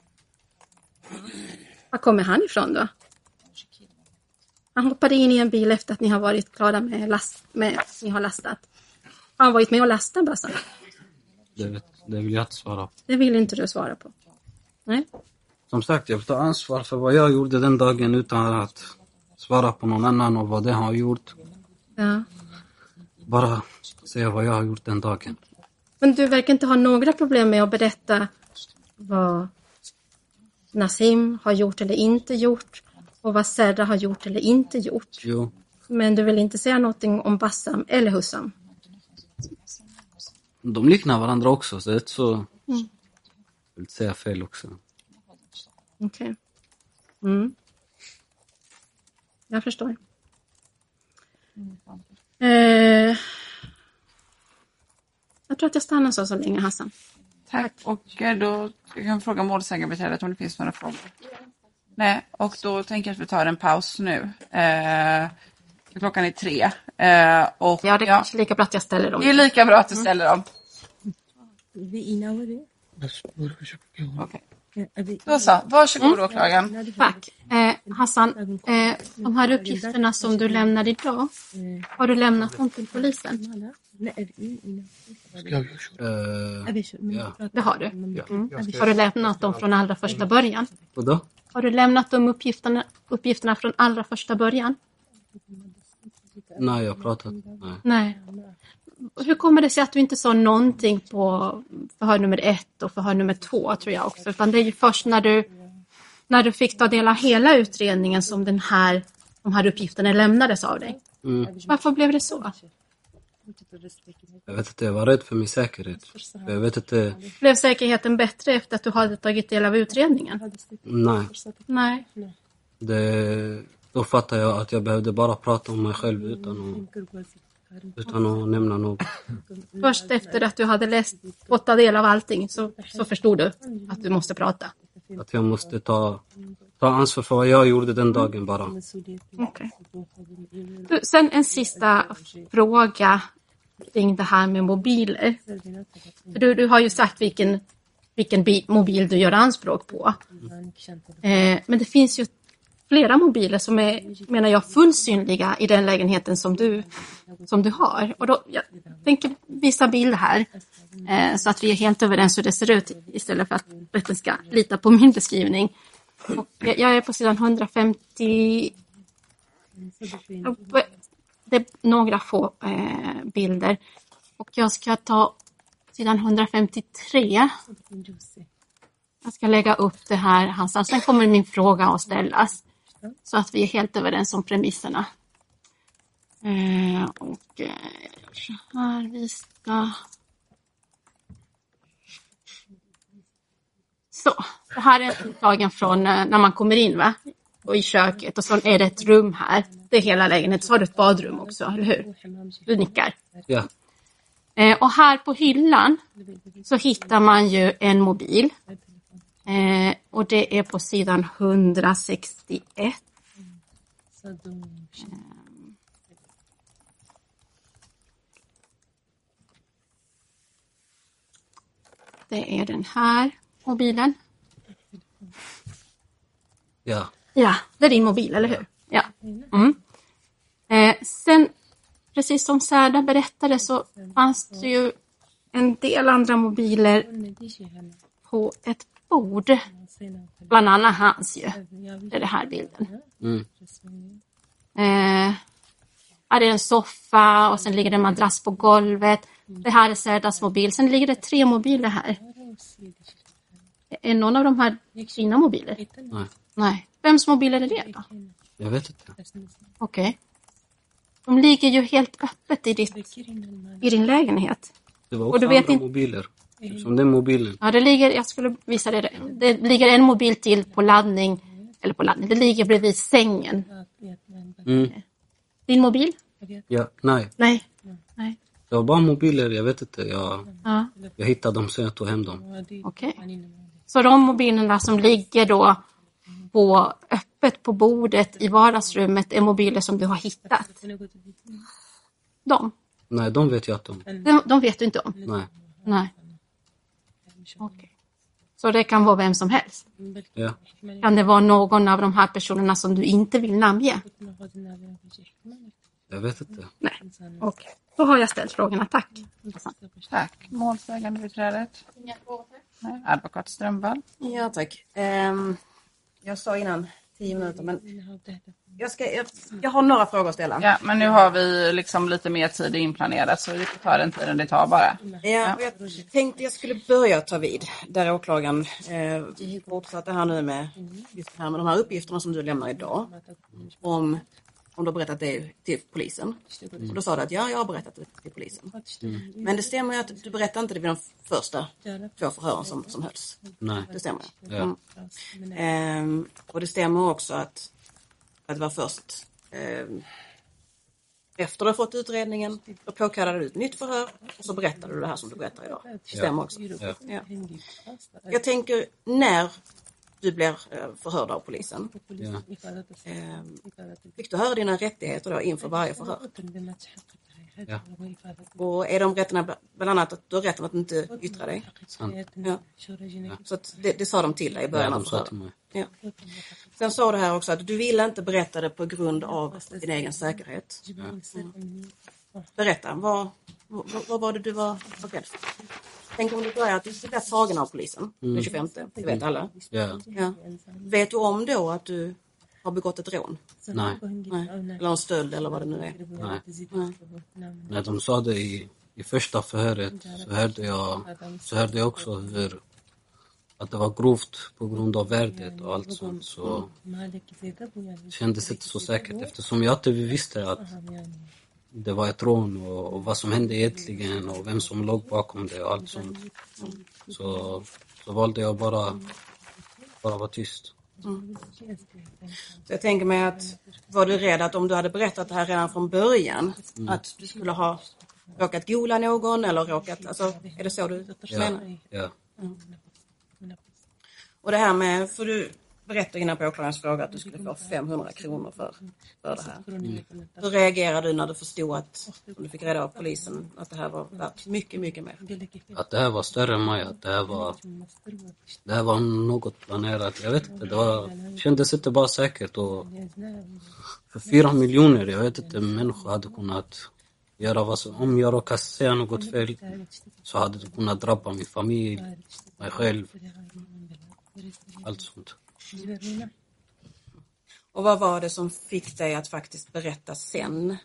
Var kommer han ifrån då? Han hoppade in i en bil efter att ni har varit klara med last, med ni har lastat. Har han varit med och lastat Bassam? Det, vet, det vill jag inte svara på. Det vill inte du svara på? Nej. Som sagt, jag vill ta ansvar för vad jag gjorde den dagen utan att svara på någon annan och vad det har gjort. Ja. Bara säga vad jag har gjort den dagen. Men du verkar inte ha några problem med att berätta vad Nassim har gjort eller inte gjort och vad Serda har gjort eller inte gjort. Jo. Men du vill inte säga någonting om Bassam eller Hussam? De liknar varandra också, så det är så... Mm. Jag vill inte säga fel också. Okej. Okay. Mm. Jag förstår. Eh, jag tror att jag stannar så så länge, Hassan. Tack. Och då jag kan fråga målsägarbiträdet om det finns några frågor. Nej, och då tänker jag att vi tar en paus nu. Eh, klockan är tre. Eh, och, ja, det är ja, kanske lika bra att jag ställer dem. Det är lika bra att du ställer dem. Okay. Då så, varsågod mm. åklagaren. Tack. Eh, Hassan, eh, de här uppgifterna som du lämnar idag, har du lämnat dem till polisen? Uh, ja. Det har du. Mm. Har du lämnat dem från allra första början? Vadå? Har du lämnat de uppgifterna, uppgifterna från allra första början? Nej, jag har pratat. Nej. Nej. Hur kommer det sig att du inte sa någonting på förhör nummer ett och förhör nummer två, tror jag också. Utan det är ju först när du, när du fick ta del av hela utredningen som den här, de här uppgifterna lämnades av dig. Mm. Varför blev det så? Jag vet inte, jag var rädd för min säkerhet. Jag vet inte... Blev säkerheten bättre efter att du hade tagit del av utredningen? Nej. Nej. Det, då fattade jag att jag behövde bara prata om mig själv utan att, utan att nämna något. Först efter att du hade läst och ta del av allting så, så förstod du att du måste prata. Att jag måste ta, ta ansvar för vad jag gjorde den dagen bara. Okay. Du, sen en sista fråga kring det här med mobiler. Du, du har ju sagt vilken, vilken bi- mobil du gör anspråk på. Eh, men det finns ju flera mobiler som är, menar jag, fullt synliga i den lägenheten som du, som du har. Och då, jag tänker visa bild här eh, så att vi är helt överens hur det ser ut istället för att rätten ska lita på min beskrivning. Och jag är på sidan hundrafemtio. Det är några få eh, bilder. Och jag ska ta sidan hundrafemtiotre. Jag ska lägga upp det här, Hassan. Sen kommer min fråga att ställas. Så att vi är helt överens om premisserna. Eh, och eh, så här vi ska... Så, det här är uttagen från eh, när man kommer in, va? Och i köket. Och så är det ett rum här. Det är hela lägenheten. Så har du ett badrum också, eller hur? Du nickar. Ja. Eh, och här på hyllan så hittar man ju en mobil. Eh, och det är på sidan hundrasextioett. Eh. Det är den här mobilen. Ja. Ja, det är din mobil, eller hur? Ja. Mm. Eh, sen, precis som Serda berättade, så fanns det ju en del andra mobiler på ett bord. Bland annat hans ju. Det är det här bilden. Mm. Eh, här är en soffa och sen ligger det en madrass på golvet. Det här är Serdas mobil. Sen ligger det tre mobiler här. Är någon av de här dina mobiler? Nej. Nej. Vems mobiler är det då? Jag vet inte. Okej. Okay. De ligger ju helt öppet i, ditt, i din lägenhet. Det var också och du vet andra inte... mobiler. Som den mobilen. Ja, det ligger, jag skulle visa det. Det ligger en mobil till på laddning. Eller på laddning. Det ligger bredvid sängen. Mm. Din mobil? Ja, nej. Nej. Nej. Det var bara mobiler, jag vet inte. Jag, ja. jag hittade dem så jag tog hem dem. Okej. Okay. Så de mobilerna som ligger då på, öppet på bordet i vardagsrummet är mobiler som du har hittat? De? Nej, de vet jag att de... De, de vet du inte om? Nej. Nej. Okej. Okay. Så det kan vara vem som helst? Ja. Kan det vara någon av de här personerna som du inte vill namnge? Jag vet inte. Nej, okej. Okay. Då har jag ställt frågorna. Tack. Tack. Målsägande beträdet. Nej, advokat Strömvall. Ja, tack. Um, jag sa innan tio minuter, men Jag, ska, jag, jag har några frågor att ställa. Ja, men nu har vi liksom lite mer tid inplanerat så vi får ta den tiden det tar bara. Ja, och jag tänkte jag skulle börja ta vid där åklagaren eh, fortsatte här nu med, just här med de här uppgifterna som du lämnar idag. Om, om du har berättat det till polisen. Och då sa du att ja, jag har berättat det till polisen. Mm. Men det stämmer ju att du berättade inte det vid de första två förhören som, som hölls. Nej. Det stämmer. Ja. Mm. Eh, och det stämmer också att, att det var först eh, efter du har fått utredningen, då påkallade du ett nytt förhör och så berättade du det här som du berättar idag. Det stämmer också. Ja. Ja. Jag tänker, när du blir förhörd av polisen, Ja. eh, fick du höra dina rättigheter då inför varje förhör? Ja. Och är de rätterna bland annat att du har rätten att inte yttra dig? Sant. Ja. Så att det, det sa de till dig i början Ja, av de sa förhöret. till mig. Ja. Sen sa du här också att du ville inte berätta det på grund av din egen säkerhet. Mm. Berätta, vad, vad, vad var det du var så rädd för? Tänk om du börjar att du blir tagen av polisen Mm. den tjugofemte, det vet alla. Ja. Ja. Vet du om då att du har begått ett rån? Nej. Nej. Eller en stöld eller vad det nu är? Nej. Nej. När de sa det i, i första förhöret så hörde jag, så hörde jag också hur att det var grovt på grund av värdet och allt sånt. Så det kändes inte så säkert eftersom jag inte visste att det var ett rån och, och vad som hände egentligen och vem som låg bakom det och allt sånt. Så, så valde jag bara, bara vara tyst. Mm. Så jag tänker mig att var du rädd att om du hade berättat det här redan från början mm. att du skulle ha råkat gola någon eller råkat, alltså är det så du Ja, menar? ja. Mm. Och det här med, för du berättade innan på åklagarens fråga att du skulle få femhundra kronor för, för det här. Mm. Hur reagerade du när du förstod att, om du fick reda av polisen, att det här var värt mycket, mycket mer? Att det här var större än mig, att det här var, det här var något planerat. Jag vet inte, det var, kändes inte bara säkert. Och för fyra miljoner, jag vet inte, människor hade kunnat göra vad som, om jag råkade säga något fel så hade det kunnat drabba min familj, mig själv, allt sånt. Och vad var det som fick dig att faktiskt berätta sen?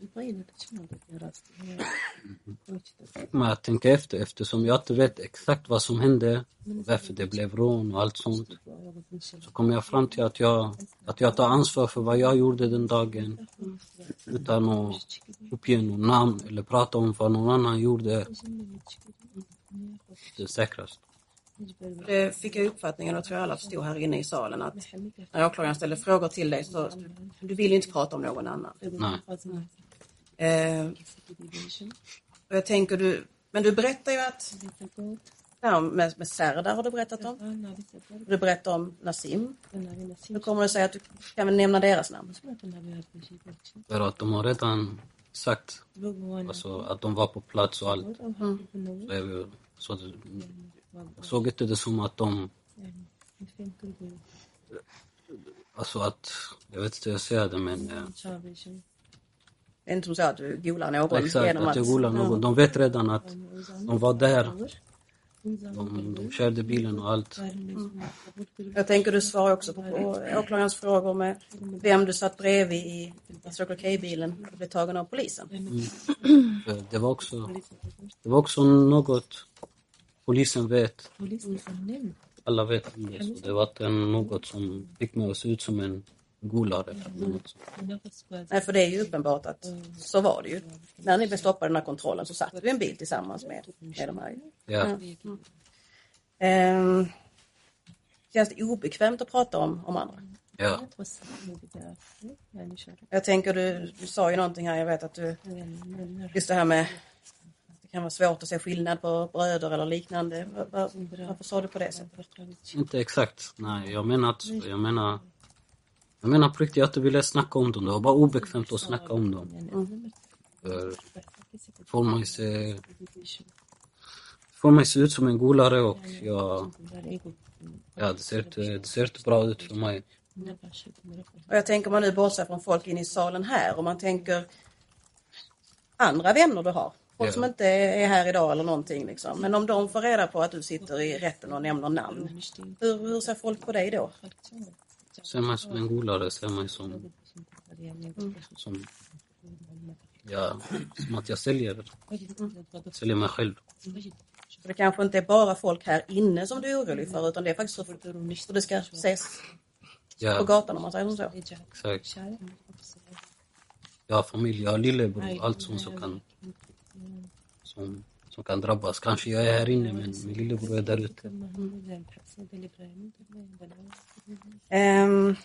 Men jag tänker efter, eftersom jag inte vet exakt vad som hände, varför det blev rån och allt sånt, så kom jag fram till att jag, att jag tar ansvar för vad jag gjorde den dagen utan att uppge någon namn eller prata om vad någon annan gjorde. Det är säkrast. Det fick jag uppfattningen, och tror jag alla förstod här inne i salen, att när åklagaren ställde frågor till dig så du vill ju inte prata om någon annan. Nej. Eh, och jag tänker du, men du berättar ju att ja, med, med Serdar har du berättat om. Du berättar om Nassim. Hur kommer du säga att du kan väl nämna deras namn? För att de har redan sagt alltså, att de var på plats och allt. Mm. Så jag, så det, jag såg inte det som att de... Alltså att... Jag vet inte hur jag säger det, men... Det är inte som så att du golar någon. Exakt, genom att jag golar någon. De vet redan att de var där. De, de körde bilen och allt. Mm. Jag tänker du svarar också på, på åklagarens frågor med vem du satt bredvid i Circle K-bilen och blev tagen av polisen. Mm. Det var också... Det var också något... Polisen vet. Alla vet om det. Så det var något som fick mig att se ut som en golare. Mm. Nej, för det är ju uppenbart att så var det ju. När ni blev stoppade den här kontrollen så satt du i en bil tillsammans med, med de här. Ja. Mm. Mm. Känns det obekvämt att prata om, om andra? Ja. Jag tänker, du, du sa ju någonting här, jag vet att du, just det här med det kan vara svårt att se skillnad på bröder eller liknande. Var, var, varför sa du på det sättet? Inte exakt. Nej, jag menar att jag menar jag menar på riktigt att jag ville snacka om dem. Det var bara obekvämt att snacka om dem. Mm. För får man se får man se ut som en golare och jag ja, det ser inte det ser inte bra ut för mig. Och jag tänker man nu bortser från folk in i salen här och man tänker andra vänner du har. Folk Ja. som inte är här idag eller någonting liksom. Men om de får reda på att du sitter i rätten och nämner namn. Hur, hur ser folk på dig då? Ser mig som en golare, ser mig som Som, ja, som att jag säljer, säljer mig själv. Så det kanske inte är bara folk här inne som du är orolig för, utan det är faktiskt så, så det ska ses Ja, på gatan om man säger så. exakt. Jag har familj, jag har lillebror, allt som, som kan som, som kan drabbas. Kanske jag är här inne, men min lillebror är där ute. Um,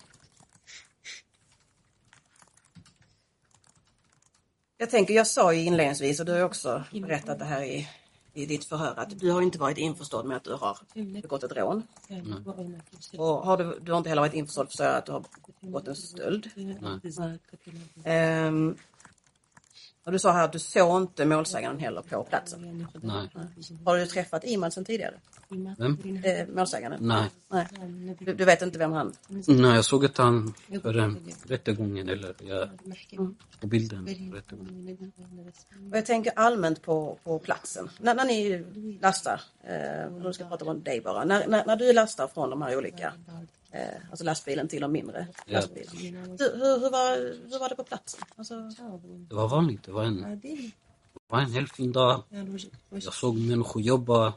jag tänker, jag sa ju inledningsvis, och du har också berättat det här i, i ditt förhör, att du har inte varit införstådd med att du har begått ett rån. Mm. Och har du, du har inte heller varit införstådd för att du har begått en stöld. Nej. Um, och du sa här att du såg inte målsägaren heller på platsen. Nej. Har du träffat Imad sen tidigare? Vem? Eh, målsägaren? Nej. Nej. Du, du vet inte vem han... Nej, jag såg att han för den rättegången, eller ja, på bilden. Rättegången. Och jag tänker allmänt på, på platsen. När, när ni lastar, eh, nu ska jag prata om dig bara. När, när, när du lastar från de här olika, eh, alltså lastbilen till de mindre Ja. lastbilarna. Hur, hur, hur, var, hur var det på platsen? Alltså... Det var vanligt, det var en, det var en helt fin dag. Jag såg människor jobba.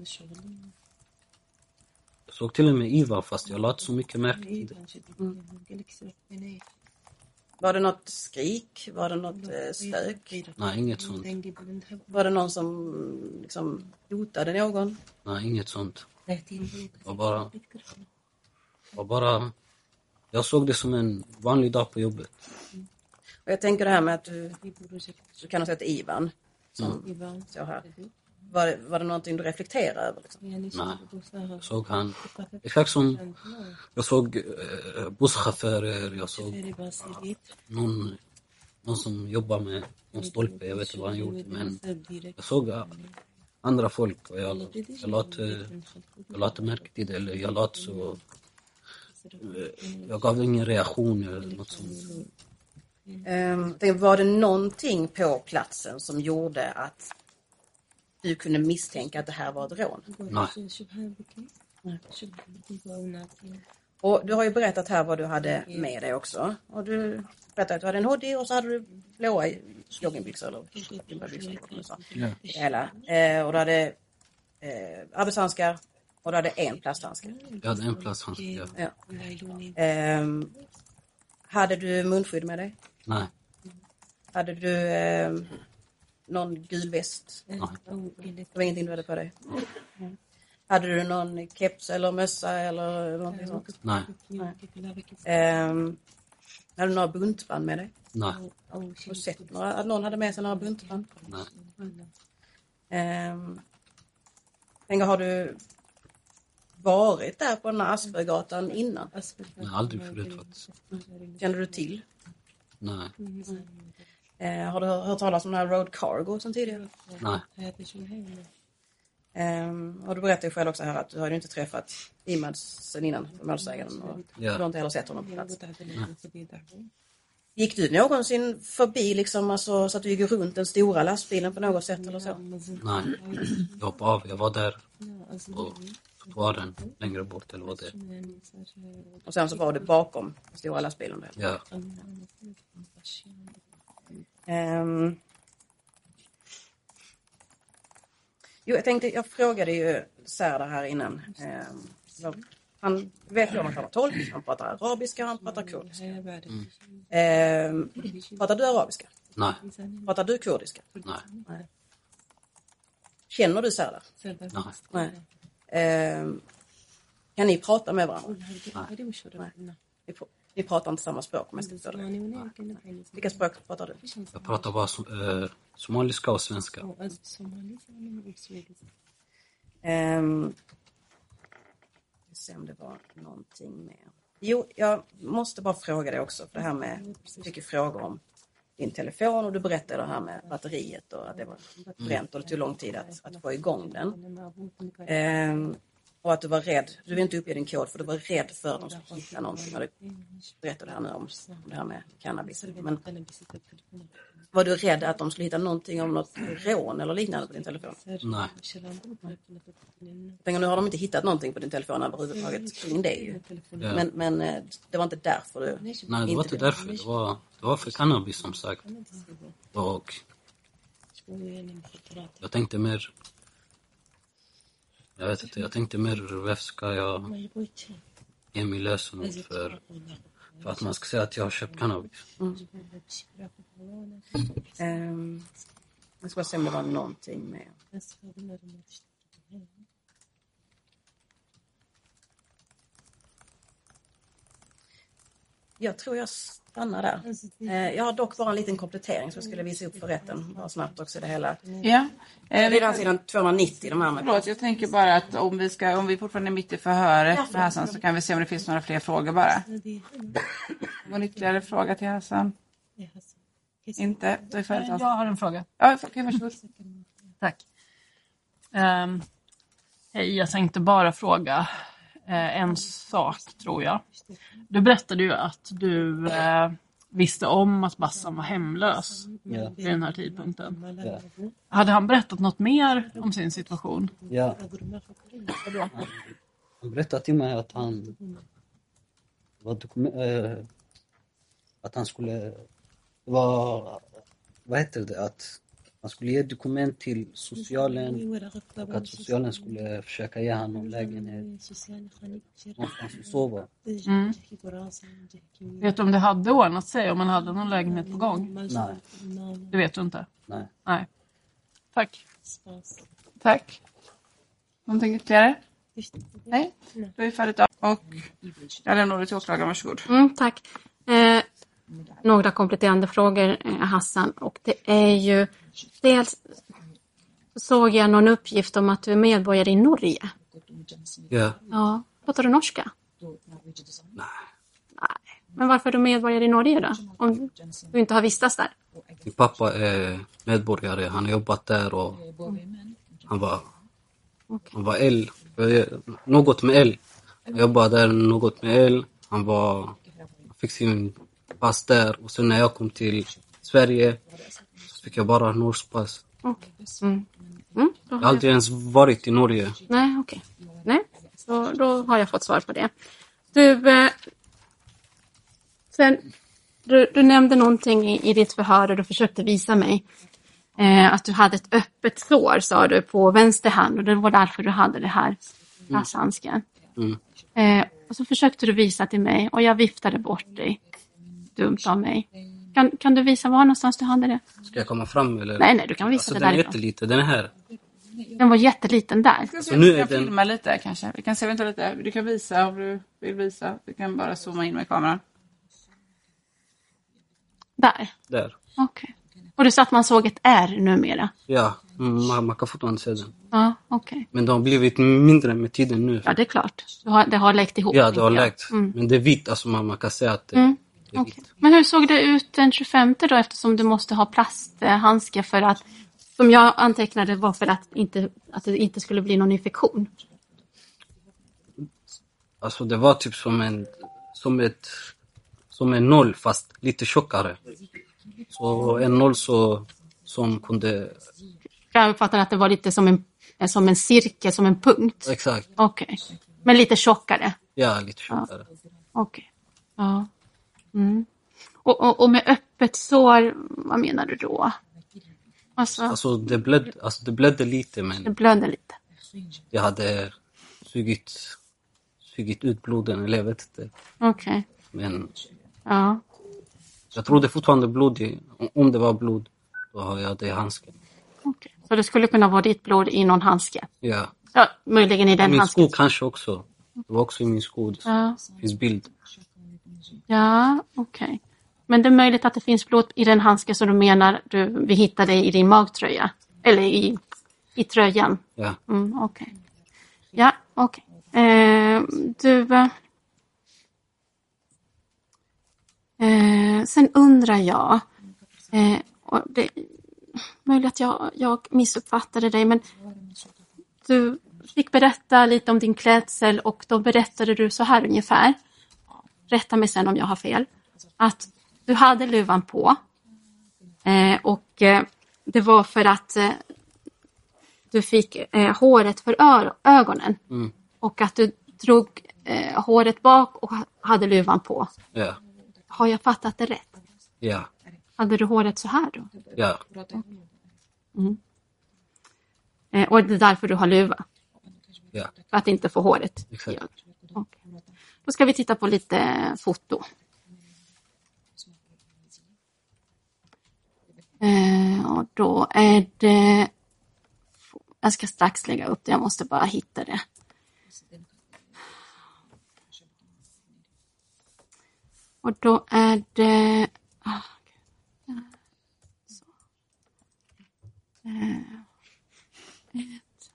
Jag såg till och med Iva, fast jag lade så mycket märke till det. Mm. Var det något skrik? Var det något eh, stök? Nej, inget sånt. Var det någon som liksom hotade någon? Nej, inget sånt. Det var bara, var bara... Jag såg det som en vanlig dag på jobbet. Och jag tänker det här med att du, du kan ha sett Ivan som Mm. står här. Var, det- var det någonting du reflekterade över? Liksom? Nej, jag såg han. Exakt som jag såg eh, busschaufförer, jag såg någon, någon som jobbar med en stolpe, jag vet inte vad han gjorde, men jag såg eh, andra folk och jag, jag lade jag lade märke till det, eller jag lade så eh, jag gav ingen reaktion eller något sånt. Um, tänk, var det någonting på platsen som gjorde att du kunde misstänka att det här var ett rån? Nej, Och du har ju berättat här vad du hade med dig också. Och du berättade att du hade en hoodie och så hade du blåa joggingbyxor eller gympabyxor, eller vad du sa. ja. Det hela. Eh, och du hade eh, arbetshandskar och du hade en plasthandske. Jag hade en plats han ja. Ja. Ehm, hade du munskydd med dig? Nej, Hade du ehm, någon gul väst? nej, Det var ingenting du hade på dig? Hade du någon keps eller mössa eller någonting sånt? nej, Ehm, hade du några buntband med dig? nej, Har du sett några, att någon hade med sig några buntband? nej, Ehm, tänker, har du varit där på den här Aspberggatan innan? nej, aldrig förut faktiskt. Kände du till? Nej, Eh, har du hört talas om den här Road Cargo sen tidigare? nej, Um, och du berättade ju själv också här att du hade inte träffat Imad sen innan, målsägaren, och Ja. du har inte heller sett honom på plats. Gick du någonsin förbi liksom, alltså, så att du gick runt den stora lastbilen på något sätt eller så? nej. Jag hoppade av, jag var där och så var den längre bort eller vad det är. Och sen så var du bakom den stora lastbilen där. Ja, Um, jo, jag tänkte, jag frågade ju Serdar här innan. Um, så han vet ju om att han har tolk, han pratar arabiska, han pratar kurdiska. Um, pratar du arabiska? nej, Pratar du kurdiska? nej, Nej. Känner du Serdar? nej, Nej. Um, kan ni prata med varandra? nej. Ni, pr- ni pratar inte samma språk, om jag ska förstå det. Vilka språk pratar du? Jag pratar bara som, eh, somaliska och svenska. Um, jag se om det var någonting mer. Jo, jag måste bara fråga dig också, för det här med, jag fick ju frågor om din telefon och du berättade det här med batteriet och att det var bränt och det tog lång tid att, att få igång den. Um, Och att du var rädd, du vill inte uppge din kod för du var rädd för att de skulle hitta någonting. Och du berättade här nu om, om det här med cannabis. Men var du rädd att de skulle hitta någonting om något rån eller liknande på din telefon? Nej. Tänk, nu har de inte hittat någonting på din telefon överhuvudtaget kring det ju. Ja. Men, men det var inte därför du... Nej, det var inte därför. Det var, det var för cannabis som sagt. Och jag tänkte mer... Jag vet inte, jag tänkte mer varför ska jag ge mig lösenord för, för att man ska säga att jag har köpt cannabis. Mm. Um, jag ska bara se om det var någonting med. Jag tror jag stannar där. Eh, jag har dock bara en liten komplettering som jag skulle visa upp för rätten. Bara snabbt också det hela. Ja. Eh, det är den sidan tvåhundranittio. De här med. Förlåt, jag tänker bara att om vi, ska, om vi fortfarande är mitt i förhöret med Hassan så kan vi se om det finns några fler frågor bara. Någon ytterligare fråga till Hassan? Inte? Då är färdigt. Jag har en fråga. Ja, okej, varsågod. Tack. Um, hej, jag tänkte bara fråga uh, en sak, tror jag. Du berättade ju att du uh, visste om att Bassam var hemlös Ja. vid den här tidpunkten. Ja. Hade han berättat något mer om sin situation? Ja. Han berättade till mig att han var dokument, äh, att han skulle det var vad heter det att han skulle ge dokument till socialen och att socialen skulle försöka ge honom lägenhet någonstans att sova. Mm. Vet du om det hade ordnat sig, om man hade någon lägenhet på gång? Nej. Det vet du inte? Nej. Nej. Tack. Tack. Någonting ytterligare? Nej, då är vi färdigt. Och jag lämnar ordet till åklagaren, varsågod. Mm, tack. Eh, några kompletterande frågor, eh, Hassan. Och det är ju... Dels såg jag någon uppgift om att du är medborgare i Norge. Ja. Ja. Pratar du norska? Nej. Nej. Men varför är du medborgare i Norge då? Om du inte har vistats där? Min pappa är medborgare. Han har jobbat där och han var Okay. han var el. Något med el. Jag jobbade där något med el. Han var han fick sin pass där och sen när jag kom till Sverige så fick jag bara norskt pass. Okay. Mm. Mm, Jag har aldrig ens varit i Norge. Nej, okej. Okay. Nej, så då har jag fått svar på det. Du, eh, sen, du, du nämnde någonting i, i ditt förhör och du försökte visa mig eh, att du hade ett öppet sår, sa du, på vänster hand och det var därför du hade det här passhandsken. Mm. Eh, och så försökte du visa till mig och jag viftade bort dig. Dumt av mig. Kan, kan du visa var någonstans du hade det? Ska jag komma fram eller? Nej, nej, du kan visa alltså, det den är därifrån. jätteliten, den är här. Den var jätteliten där. Vi kan se Så om nu vi är kan den- filma lite kanske. Vi kan se vänta lite. Du kan visa om du vill visa. Du kan bara zooma in med kameran. Där, Där. okej. Och du sa att man såg ett R numera. Ja, mm, man, man kan fortfarande se den. Ja, okej. Men de har blivit mindre med tiden nu. Ja, det är klart. Du har, det har läkt ihop. Ja, det har tänker jag. läkt. Mm. Men det är vitt, alltså man, man kan säga att det, Mm. det är Okej. vitt. Men hur såg det ut den tjugofemte då, eftersom du måste ha plasthandskar för att, som jag antecknade, var för att, inte, att det inte skulle bli någon infektion. Alltså det var typ som en som ett som en noll fast lite tjockare. Så en noll så som kunde Jag uppfattar att det var lite som en, som en cirkel, som en punkt. exakt. Okej. Men lite tjockare. Ja, lite tjockare. Okej. Ja. Mm. Och, och, och med öppet sår, vad menar du då? Alltså, Alltså det blödde, alltså det blödde lite det men blöder lite. jag hade sugit sugit ut bloden eller jag vet inte. Okej. Men Ja. jag trodde fortfarande blod i, om det var blod då har jag det i handsken. Okej. Så det skulle kunna vara ditt blod i någon handske? Ja. Ja, möjligen i den Min handsken. sko kanske också. Det var också i min sko. Det Ja, finns bild. ja okej. Men det är möjligt att det finns blod i den handske som du menar du, vi hittade i din magtröja. Eller i, i tröjan. Ja. Mm, okej. Ja, okej. Eh, du... Eh, sen undrar jag... Eh, och det möjligt att jag, jag missuppfattade dig, men du fick berätta lite om din klädsel och då berättade du så här ungefär. Rätta mig sen om jag har fel. Att du hade luvan på eh, och eh, det var för att eh, du fick eh, håret för ö- ögonen Mm. och att du drog eh, håret bak och hade luvan på. Ja. Har jag fattat det rätt? Ja. Hade du håret så här då? Ja. Mm. Eh, och det är därför du har luva? Ja. För att inte få håret? Exakt. Ja. Okay. Då ska vi titta på lite foto. Eh, och då är det... Jag ska strax lägga upp det, jag måste bara hitta det. Och då är det... Ah, så. Eh, ett.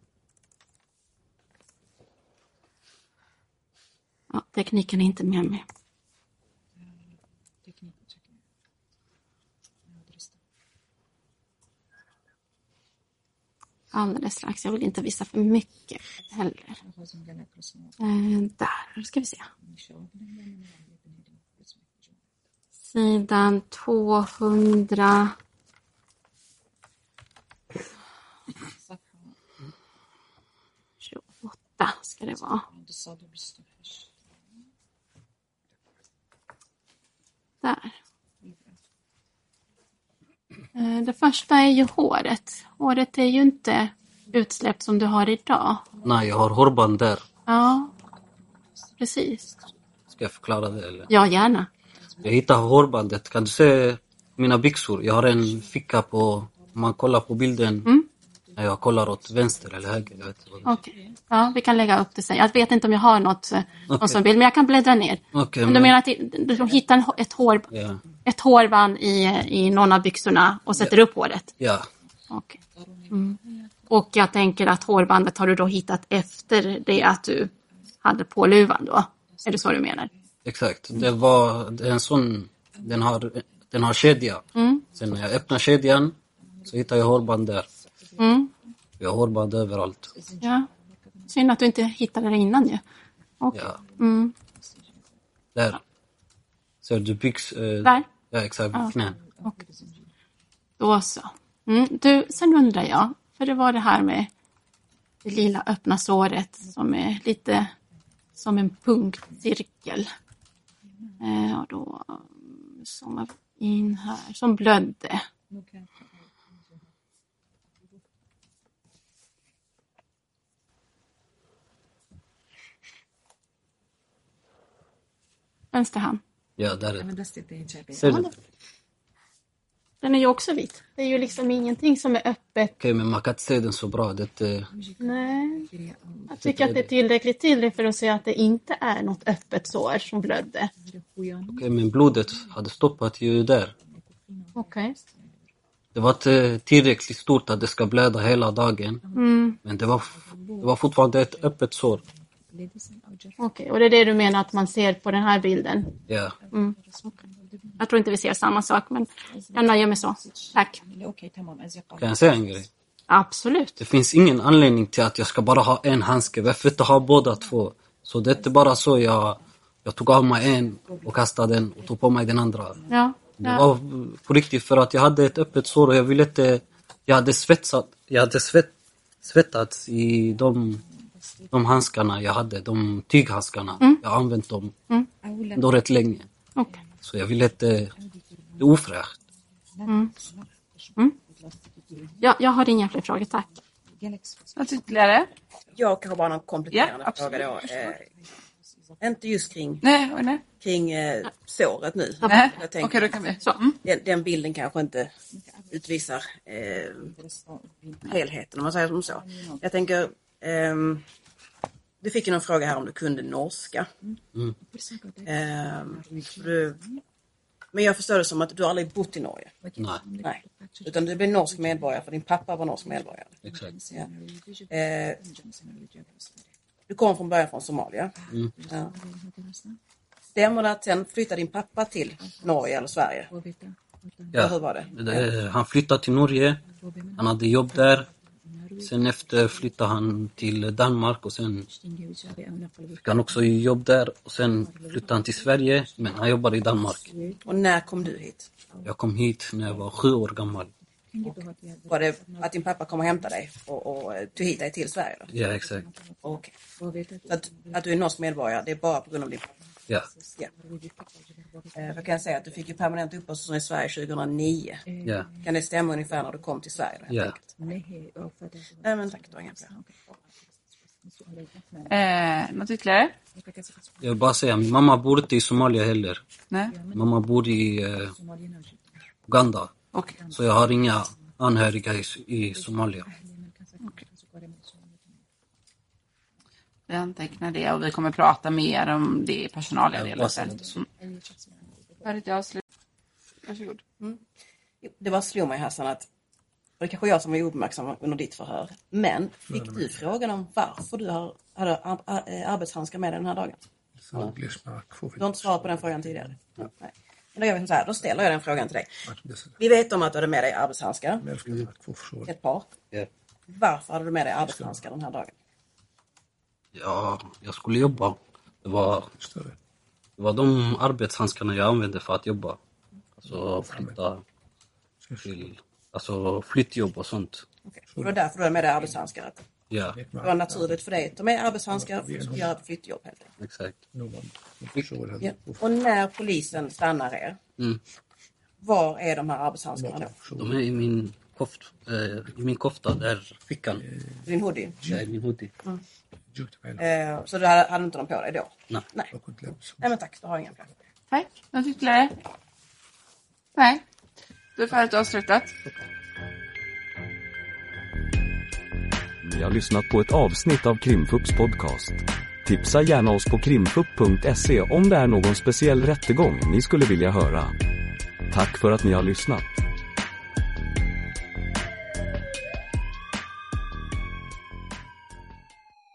Ja, tekniken är inte med mig. Alldeles strax. Jag vill inte visa för mycket heller. Eh, där, nu ska vi se. Sidan tvåhundra. tjugoåtta ska det vara. Där. Eh, det första är ju håret. Håret är ju inte utsläppt som du har idag. Nej, jag har hårband där. Ja, precis. Ska jag förklara det eller? Ja, gärna. Jag hittade hårbandet. Kan du se mina byxor? Jag har en ficka på... Om man kollar på bilden. Mm. När jag kollar åt vänster eller höger. Jag vet inte vad det är. Okej. Ja, vi kan lägga upp det sen. Jag vet inte om jag har något, eh, någon sån bild, men jag kan bläddra ner. Okej, Men du men- menar att det- du hittar en, hå- ett, hår, Ja. ett hårband i, i någon av byxorna och sätter upp håret? Ja. Okej. Mm. Och jag tänker att hårbandet har du då hittat efter det att du hade på luvan då? Är det så du menar? Exakt. Det var det är en sån... Den har, den har kedja. Mm. Sen när jag öppnar kedjan så hittar jag hårband där. Mm. Jag har hårband överallt. Ja. Synd att du inte hittade det innan ju. Okej. Ja. Mm. Där. Ser du byx... Eh, Där? Ja, exakt. Ja. Knän. Okej. Då så. Mm. Du, sen undrar jag, för det var det här med det lilla öppna såret som är lite som en punktcirkel. Eh, och då zoomar vi in här, som blödde. Vänster hand. Ja, där är det. Ser du? Okej, Den är ju också vit. Det är ju liksom ingenting som är öppet. men man kan inte se den så bra. Det är, Nej. Jag tycker att det är tillräckligt tydligt för att säga att det inte är något öppet sår som blödde. okej, men blodet hade stoppat ju där. Okej. Det var inte tillräckligt stort att det ska blöda hela dagen. Mm. Men det var, f- det var fortfarande ett öppet sår. Okej, och det är det du menar att man ser på den här bilden? Ja. Mm. Okay. Jag tror inte vi ser samma sak, men jag nöjer mig så. Tack. Kan jag säga en grej? Absolut. Det finns ingen anledning till att jag ska bara ha en handske. Varför inte ha båda två? Så det är inte bara så jag, jag tog av mig en och kastade den och tog på mig den andra. Ja. Det Ja. var på riktigt för att jag hade ett öppet sår och jag ville inte... Jag hade svetsat, jag hade svett, svettats i de, de handskarna jag hade, de tyghandskarna. Mm. Jag har använt dem Mm. då rätt länge. Okej. Så jag ville inte... Det är ofräscht. Mm. Mm. Ja, jag har inga fler frågor, tack. Något ytterligare? Jag kan ha bara någon kompletterande Ja, absolut. fråga då. Eh, inte just kring, Nej, oj, nej. kring eh, såret nu. Nej. Jag Okej, tänker, då kan vi. Så. Mm. den, den bilden kanske inte utvisar eh, helheten om man säger som så. Jag tänker, ehm, du fick ju någon fråga här om du kunde norska. Mm. Ehm, du, men jag förstår det som att du aldrig bott i Norge. Nej, Nej. Utan du blev norsk medborgare för din pappa var norsk medborgare. exakt. Ja. Eh, du kom från början från Somalia. Mm. Ja. Stämmer det att sen flyttade din pappa till Norge eller Sverige? Ja, hur Ja. var det? Det, han flyttade till Norge. Han hade jobb där. Sen efter flyttade han till Danmark och sen fick han också jobb där. Och sen flyttade han till Sverige, men han jobbade i Danmark. Och när kom du hit? Jag kom hit när jag var sju år gammal. Var det att din pappa kom och hämtade dig och, och tog hit dig till Sverige då? Ja, exakt. Okej. Så att, att du är norsk medborgare, det är bara på grund av din pappa? Ja. Ja. Eh, jag kan säga att du fick ju permanent uppehållstillstånd i Sverige tjugohundranio. Ja. Kan det stämma ungefär när du kom till Sverige? Då, helt Ja. enkelt? Nej, men tack, då inga fler. Eh, något ytterligare? Jag vill bara säga, min mamma bor inte i Somalia heller. Nej? Mamma bor i eh, Uganda. Okej. Så jag har inga anhöriga i, i Somalia. Vi antecknar det och vi kommer prata mer om det i personaliga Ja, delen vad sen. sant. Mm. Färdigt avslut. Varsågod. Jo, det var slog mig, Hassan, att och det kanske jag som var ouppmärksam under ditt förhör. Men fick du frågan om varför du har, hade ar- ar- arbetshandskar med dig den här dagen? Du har inte svarat på den frågan tidigare? Nej. Men då gör vi så här, då ställer jag den frågan till dig. Vi vet om att du hade med dig arbetshandskar. Ett par. Ja. Varför hade du med dig arbetshandskar den här dagen? Ja, jag skulle jobba. Det var, det var de arbetshandskarna jag använde för att jobba. Alltså flytta till, alltså flyttjobb och sånt. Okay. Och det var därför du hade med dig arbetshandskar? Ja, Det var naturligt för dig att ta med arbetshandskar för att göra ett flyttjobb helt enkelt. exakt. Ja. Och när polisen stannar er, Mm. var är de här arbetshandskarna då? De är i min koft, eh, i min kofta där fickan. Din hoodie? Ja, i min hoodie. Eh, så du hade, hade inte dem på dig då? Nej. Nej. Nej, men tack, då har jag inga fler. Tack. Något ytterligare? Nej. Då är färdigt avslutat. Ni har lyssnat på ett avsnitt av Krimfupps podcast. Tipsa gärna oss på krimfupp punkt se om det är någon speciell rättegång ni skulle vilja höra. Tack för att ni har lyssnat.